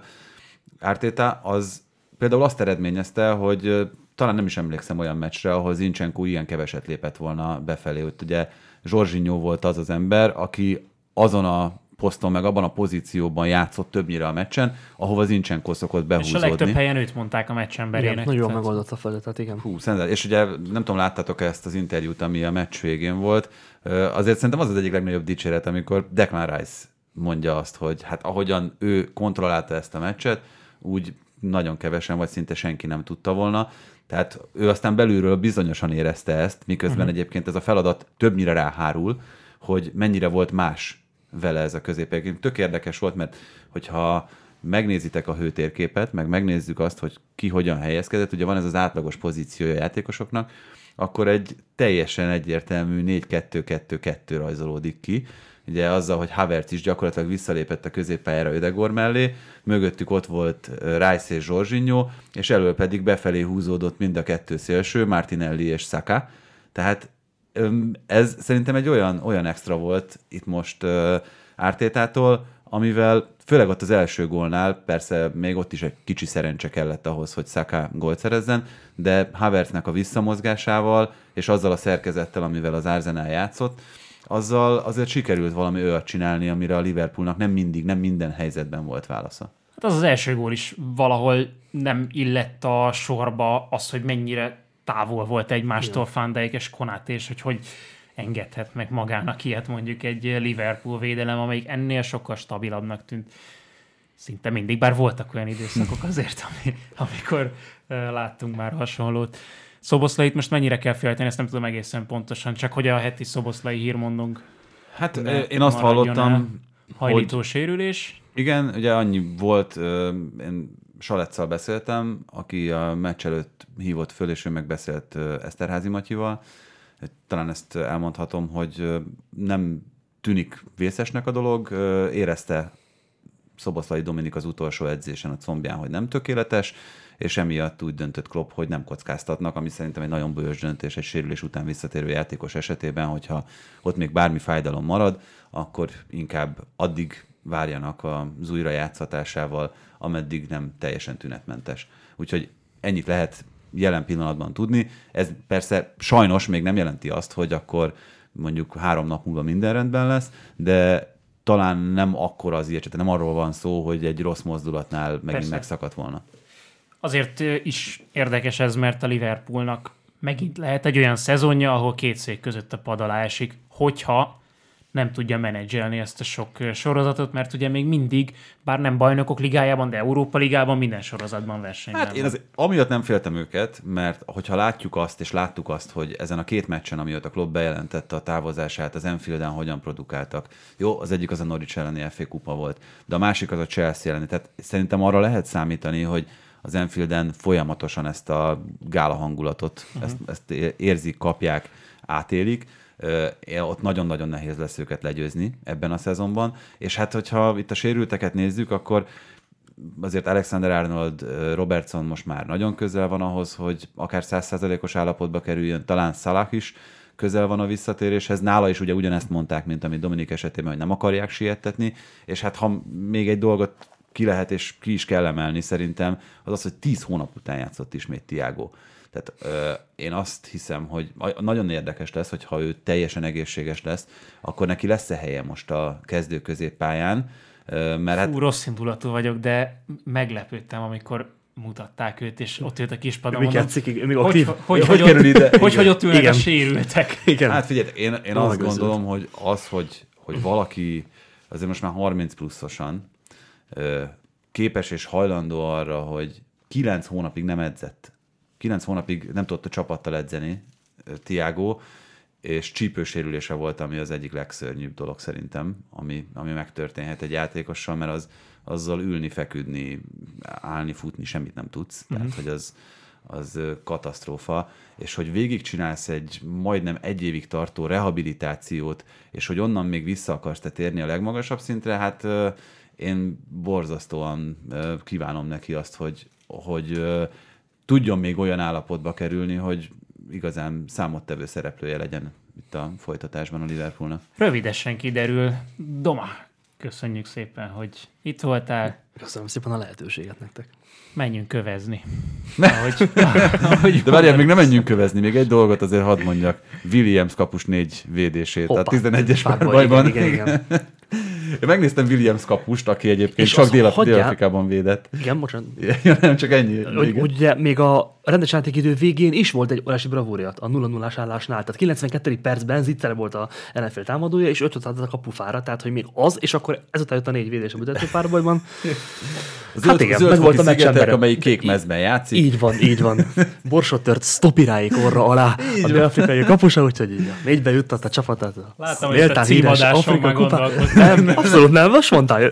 Arteta, az például azt eredményezte, hogy talán nem is emlékszem olyan meccsre, ahol Zinchenko ilyen keveset lépett volna befelé, hogy ugye Jorginho volt az ember, aki azon a poszton, meg abban a pozícióban játszott többnyire a meccsen, ahova Zinchenko szokott behúzódni. És a legtöbb helyen őt mondták a meccsemberének. Nagyon jól megoldott a feladatot, igen. És ugye nem tudom, láttátok ezt az interjút, ami a meccs végén volt. Azért szerintem az egyik legnagyobb dicséret, amikor Declan Rice mondja azt, hogy hát ahogyan ő kontrollálta ezt a meccset, úgy nagyon kevesen, vagy szinte senki nem tudta volna. Tehát ő aztán belülről bizonyosan érezte ezt, miközben egyébként ez a feladat többnyire ráhárul, hogy mennyire volt más vele ez a középpályán. Tök érdekes volt, mert hogyha megnézitek a hőtérképet, meg megnézzük azt, hogy ki hogyan helyezkedett, ugye van ez az átlagos pozíciója a játékosoknak, akkor egy teljesen egyértelmű 4-2-2-2 rajzolódik ki. Ugye azzal, hogy Havertz is gyakorlatilag visszalépett a középpályára Ödegaard mellé, mögöttük ott volt Rice és Jorginho, és elől pedig befelé húzódott mind a 2 szélső, Martinelli és Saka. Tehát ez szerintem egy olyan extra volt itt most Artetától, amivel főleg ott az első gólnál, persze még ott is egy kicsi szerencse kellett ahhoz, hogy Saka gólt szerezzen, de Havertznek a visszamozgásával, és azzal a szerkezettel, amivel az Arsenal játszott, azzal azért sikerült valami olyat csinálni, amire a Liverpoolnak nem minden helyzetben volt válasza. Hát az első gól is valahol nem illett a sorba az, hogy mennyire távol volt egymástól Van Dijk és Konaté, és hogy engedhet meg magának ilyet mondjuk egy Liverpool védelem, amelyik ennél sokkal stabilabbnak tűnt. Szinte mindig, bár voltak olyan időszakok azért, amikor láttunk már hasonlót. Szoboszlait most mennyire kell félteni, ezt nem tudom egészen pontosan, csak hogy a heti szoboszlai hírmondunk. Hát én azt hallottam, hajlító sérülés. Igen, ugye annyi volt, én Saletszal beszéltem, aki a meccs előtt hívott föl, és ő megbeszélt Eszterházy Matyival. Talán ezt elmondhatom, hogy nem tűnik vészesnek a dolog, érezte Szoboszlai Dominik az utolsó edzésen a combján, hogy nem tökéletes, és emiatt úgy döntött Klopp, hogy nem kockáztatnak, ami szerintem egy nagyon bős döntés egy sérülés után visszatérő játékos esetében, hogyha ott még bármi fájdalom marad, akkor inkább addig várjanak az újrajátszatásával, ameddig nem teljesen tünetmentes. Úgyhogy ennyit lehet jelen pillanatban tudni. Ez persze sajnos még nem jelenti azt, hogy akkor mondjuk 3 nap múlva minden rendben lesz, de talán nem akkora az ilyet, nem arról van szó, hogy egy rossz mozdulatnál megint persze megszakadt volna. Azért is érdekes ez, mert a Liverpoolnak megint lehet egy olyan szezonja, ahol 2 szék között a pad alá esik, hogyha nem tudja menedzselni ezt a sok sorozatot, mert ugye még mindig, bár nem bajnokok ligájában, de Európa ligában minden sorozatban versenyben. Hát én amiatt nem féltem őket, mert hogyha látjuk azt, és láttuk azt, hogy ezen a 2 meccsen, amióta a Klopp bejelentette a távozását, az Anfielden hogyan produkáltak. Jó, az egyik az a Norwich elleni FA kupa volt, de a másik az a Chelsea elleni. Tehát szerintem arra lehet számítani, hogy az Anfielden folyamatosan ezt a gála hangulatot, ezt érzik, kapják, átélik. Ott nagyon-nagyon nehéz lesz őket legyőzni ebben a szezonban, és hát hogyha itt a sérülteket nézzük, akkor azért Alexander-Arnold, Robertson most már nagyon közel van ahhoz, hogy akár 100%-os állapotba kerüljön, talán Salah is közel van a visszatéréshez. Nála is ugye ugyanezt mondták, mint amit Dominik esetében, hogy nem akarják siettetni, és hát ha még egy dolgot ki lehet és ki is kell emelni szerintem, az az, hogy 10 hónap után játszott ismét Thiago. Tehát én azt hiszem, hogy nagyon érdekes lesz, hogyha ő teljesen egészséges lesz, akkor neki lesz-e helye most a kezdő középpályán. Mert rossz indulatú vagyok, de meglepődtem, amikor mutatták őt, és ott jött a kispadon. Hogy ott ülnek a sérültek. Igen. Hát figyelj, én azt gondolom, hogy az, hogy valaki azért most már 30 pluszosan képes és hajlandó arra, hogy 9 hónapig nem edzett, 9 hónapig nem tudott a csapattal edzeni Thiago, és csípősérülése volt, ami az egyik legszörnyűbb dolog szerintem, ami megtörténhet egy játékossal, mert azzal ülni, feküdni, állni, futni, semmit nem tudsz. Tehát, hogy az katasztrófa, és hogy végigcsinálsz egy majdnem 1 évig tartó rehabilitációt, és hogy onnan még vissza akarsz te térni a legmagasabb szintre, hát én borzasztóan kívánom neki azt, hogy tudjon még olyan állapotba kerülni, hogy igazán számottevő szereplője legyen itt a folytatásban a Liverpoolnak. Rövidesen kiderül. Doma, köszönjük szépen, hogy itt voltál. Köszönöm szépen a lehetőséget nektek. Menjünk kövezni. De várjál, még nem menjünk kövezni, még egy dolgot azért hadd mondjak. Williams kapus 4 védését a 11-es párbajban. Igen. Én megnéztem Williams kapust, aki egyébként csak Dél-Afrikában védett. Igen, bocsánat. Ja, nem, csak ennyi. Ugye még a rendes játékidő végén is volt egy óriási bravúrja a 0-0-ás állásnál. Tehát 92. percben Zitzer volt a NFL támadója, és 5-öt adott a kapufára, tehát hogy még az, és akkor ezután jött a 4 védés a büntetőpárbajban. Hát igen, meg volt a meccsember, amelyik kék mezben játszik. Így van. Borsot tört Stopiráig orra alá a dél-afrikai kapusa, úgyhogy 4-be juttat a csapatot. Látom, hogy a címadáson már gondolkodtam. Nem, abszolút nem, most mondtál.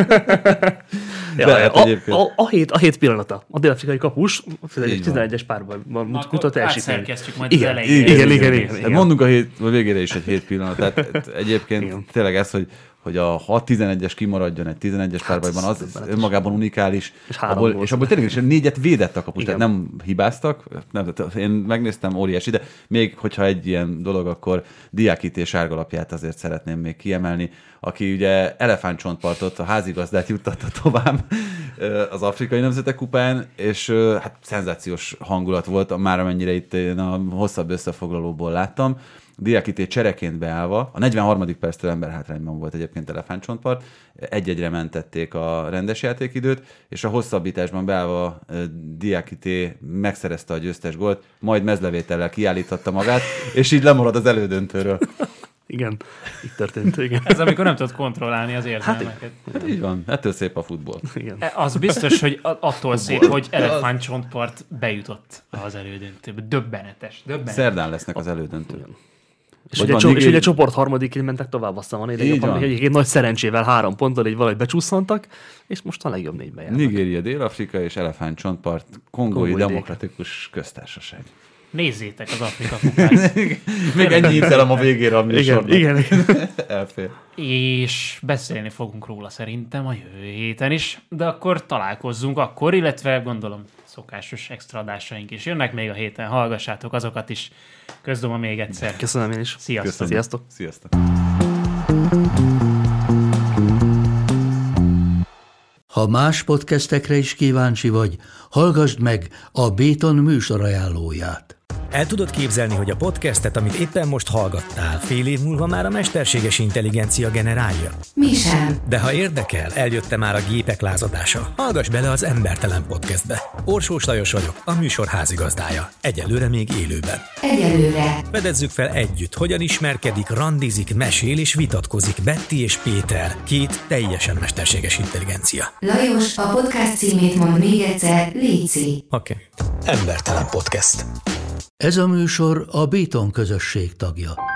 A hét pillanata. A dél-afrikai kapus 11-es párban mutat teljesítmény. Átszerkesztjük majd az elején. Igen. Mondunk a végére is egy 7 pillanat. Tehát egyébként tényleg ez, hogy a 6-11-es kimaradjon egy 11-es párbajban, az önmagában unikális. És abból tényleg is 4-et védett a kapus, tehát nem hibáztak. Nem, én megnéztem, óriási, de még hogyha egy ilyen dolog, akkor Diakité sárgalapját azért szeretném még kiemelni, aki ugye elefántcsontpartot, a házigazdát juttatta tovább az Afrikai Nemzetek Kupán, és hát szenzációs hangulat volt, már amennyire itt én a hosszabb összefoglalóból láttam. Diakité csereként beállva, a 43. perctől emberhátrányban volt egyébként elefántcsontpart, 1-1-re mentették a rendes játékidőt, és a hosszabbításban beállva Diakité megszerezte a győztes gólt, majd mezlevétellel kiállította magát, és így lemarad az elődöntőről. Igen, így történt, igen. Ez amikor nem tudod kontrollálni az érzelmeket. Hát így van, ettől szép a futball. Igen. Az biztos, hogy attól szép, hogy elefántcsontpart bejutott az elődöntőbe. Döbbenetes. Szerdán lesznek az elődöntő. És ugye a csoport harmadikén mentek tovább, aztán van egy nagy szerencsével 3 ponttal, így valahogy becsúszhantak, és most a legjobb 4-ben járnak. Nigéria, Dél-Afrika és elefántcsontpart, Kongói Demokratikus Köztársaság. Nézzétek az Afrika kupát. Még ennyi ítelem a végére a műsorban. Igen. Elfér. És beszélni fogunk róla szerintem a jövő héten is, de akkor találkozzunk akkor, illetve gondolom szokásos extra adásaink is jönnek még a héten. Hallgassátok azokat is. Köszönöm még egyszer. Köszönöm én is. Sziasztok. Sziasztok. Ha más podcastekre is kíváncsi vagy, hallgassd meg a Béton műsor ajánlóját. El tudod képzelni, hogy a podcastet, amit éppen most hallgattál, fél év múlva már a mesterséges intelligencia generálja? Mi sem. De ha érdekel, eljött már a gépek lázadása. Hallgass bele az Embertelen Podcastbe. Orsós Lajos vagyok, a műsor házigazdája. Egyelőre még élőben. Egyelőre. Fedezzük fel együtt, hogyan ismerkedik, randizik, mesél és vitatkozik Betty és Péter, 2 teljesen mesterséges intelligencia. Lajos, a podcast címét mond még egyszer, léci. Oké. Embertelen Podcast. Ez a műsor a Béton közösség tagja.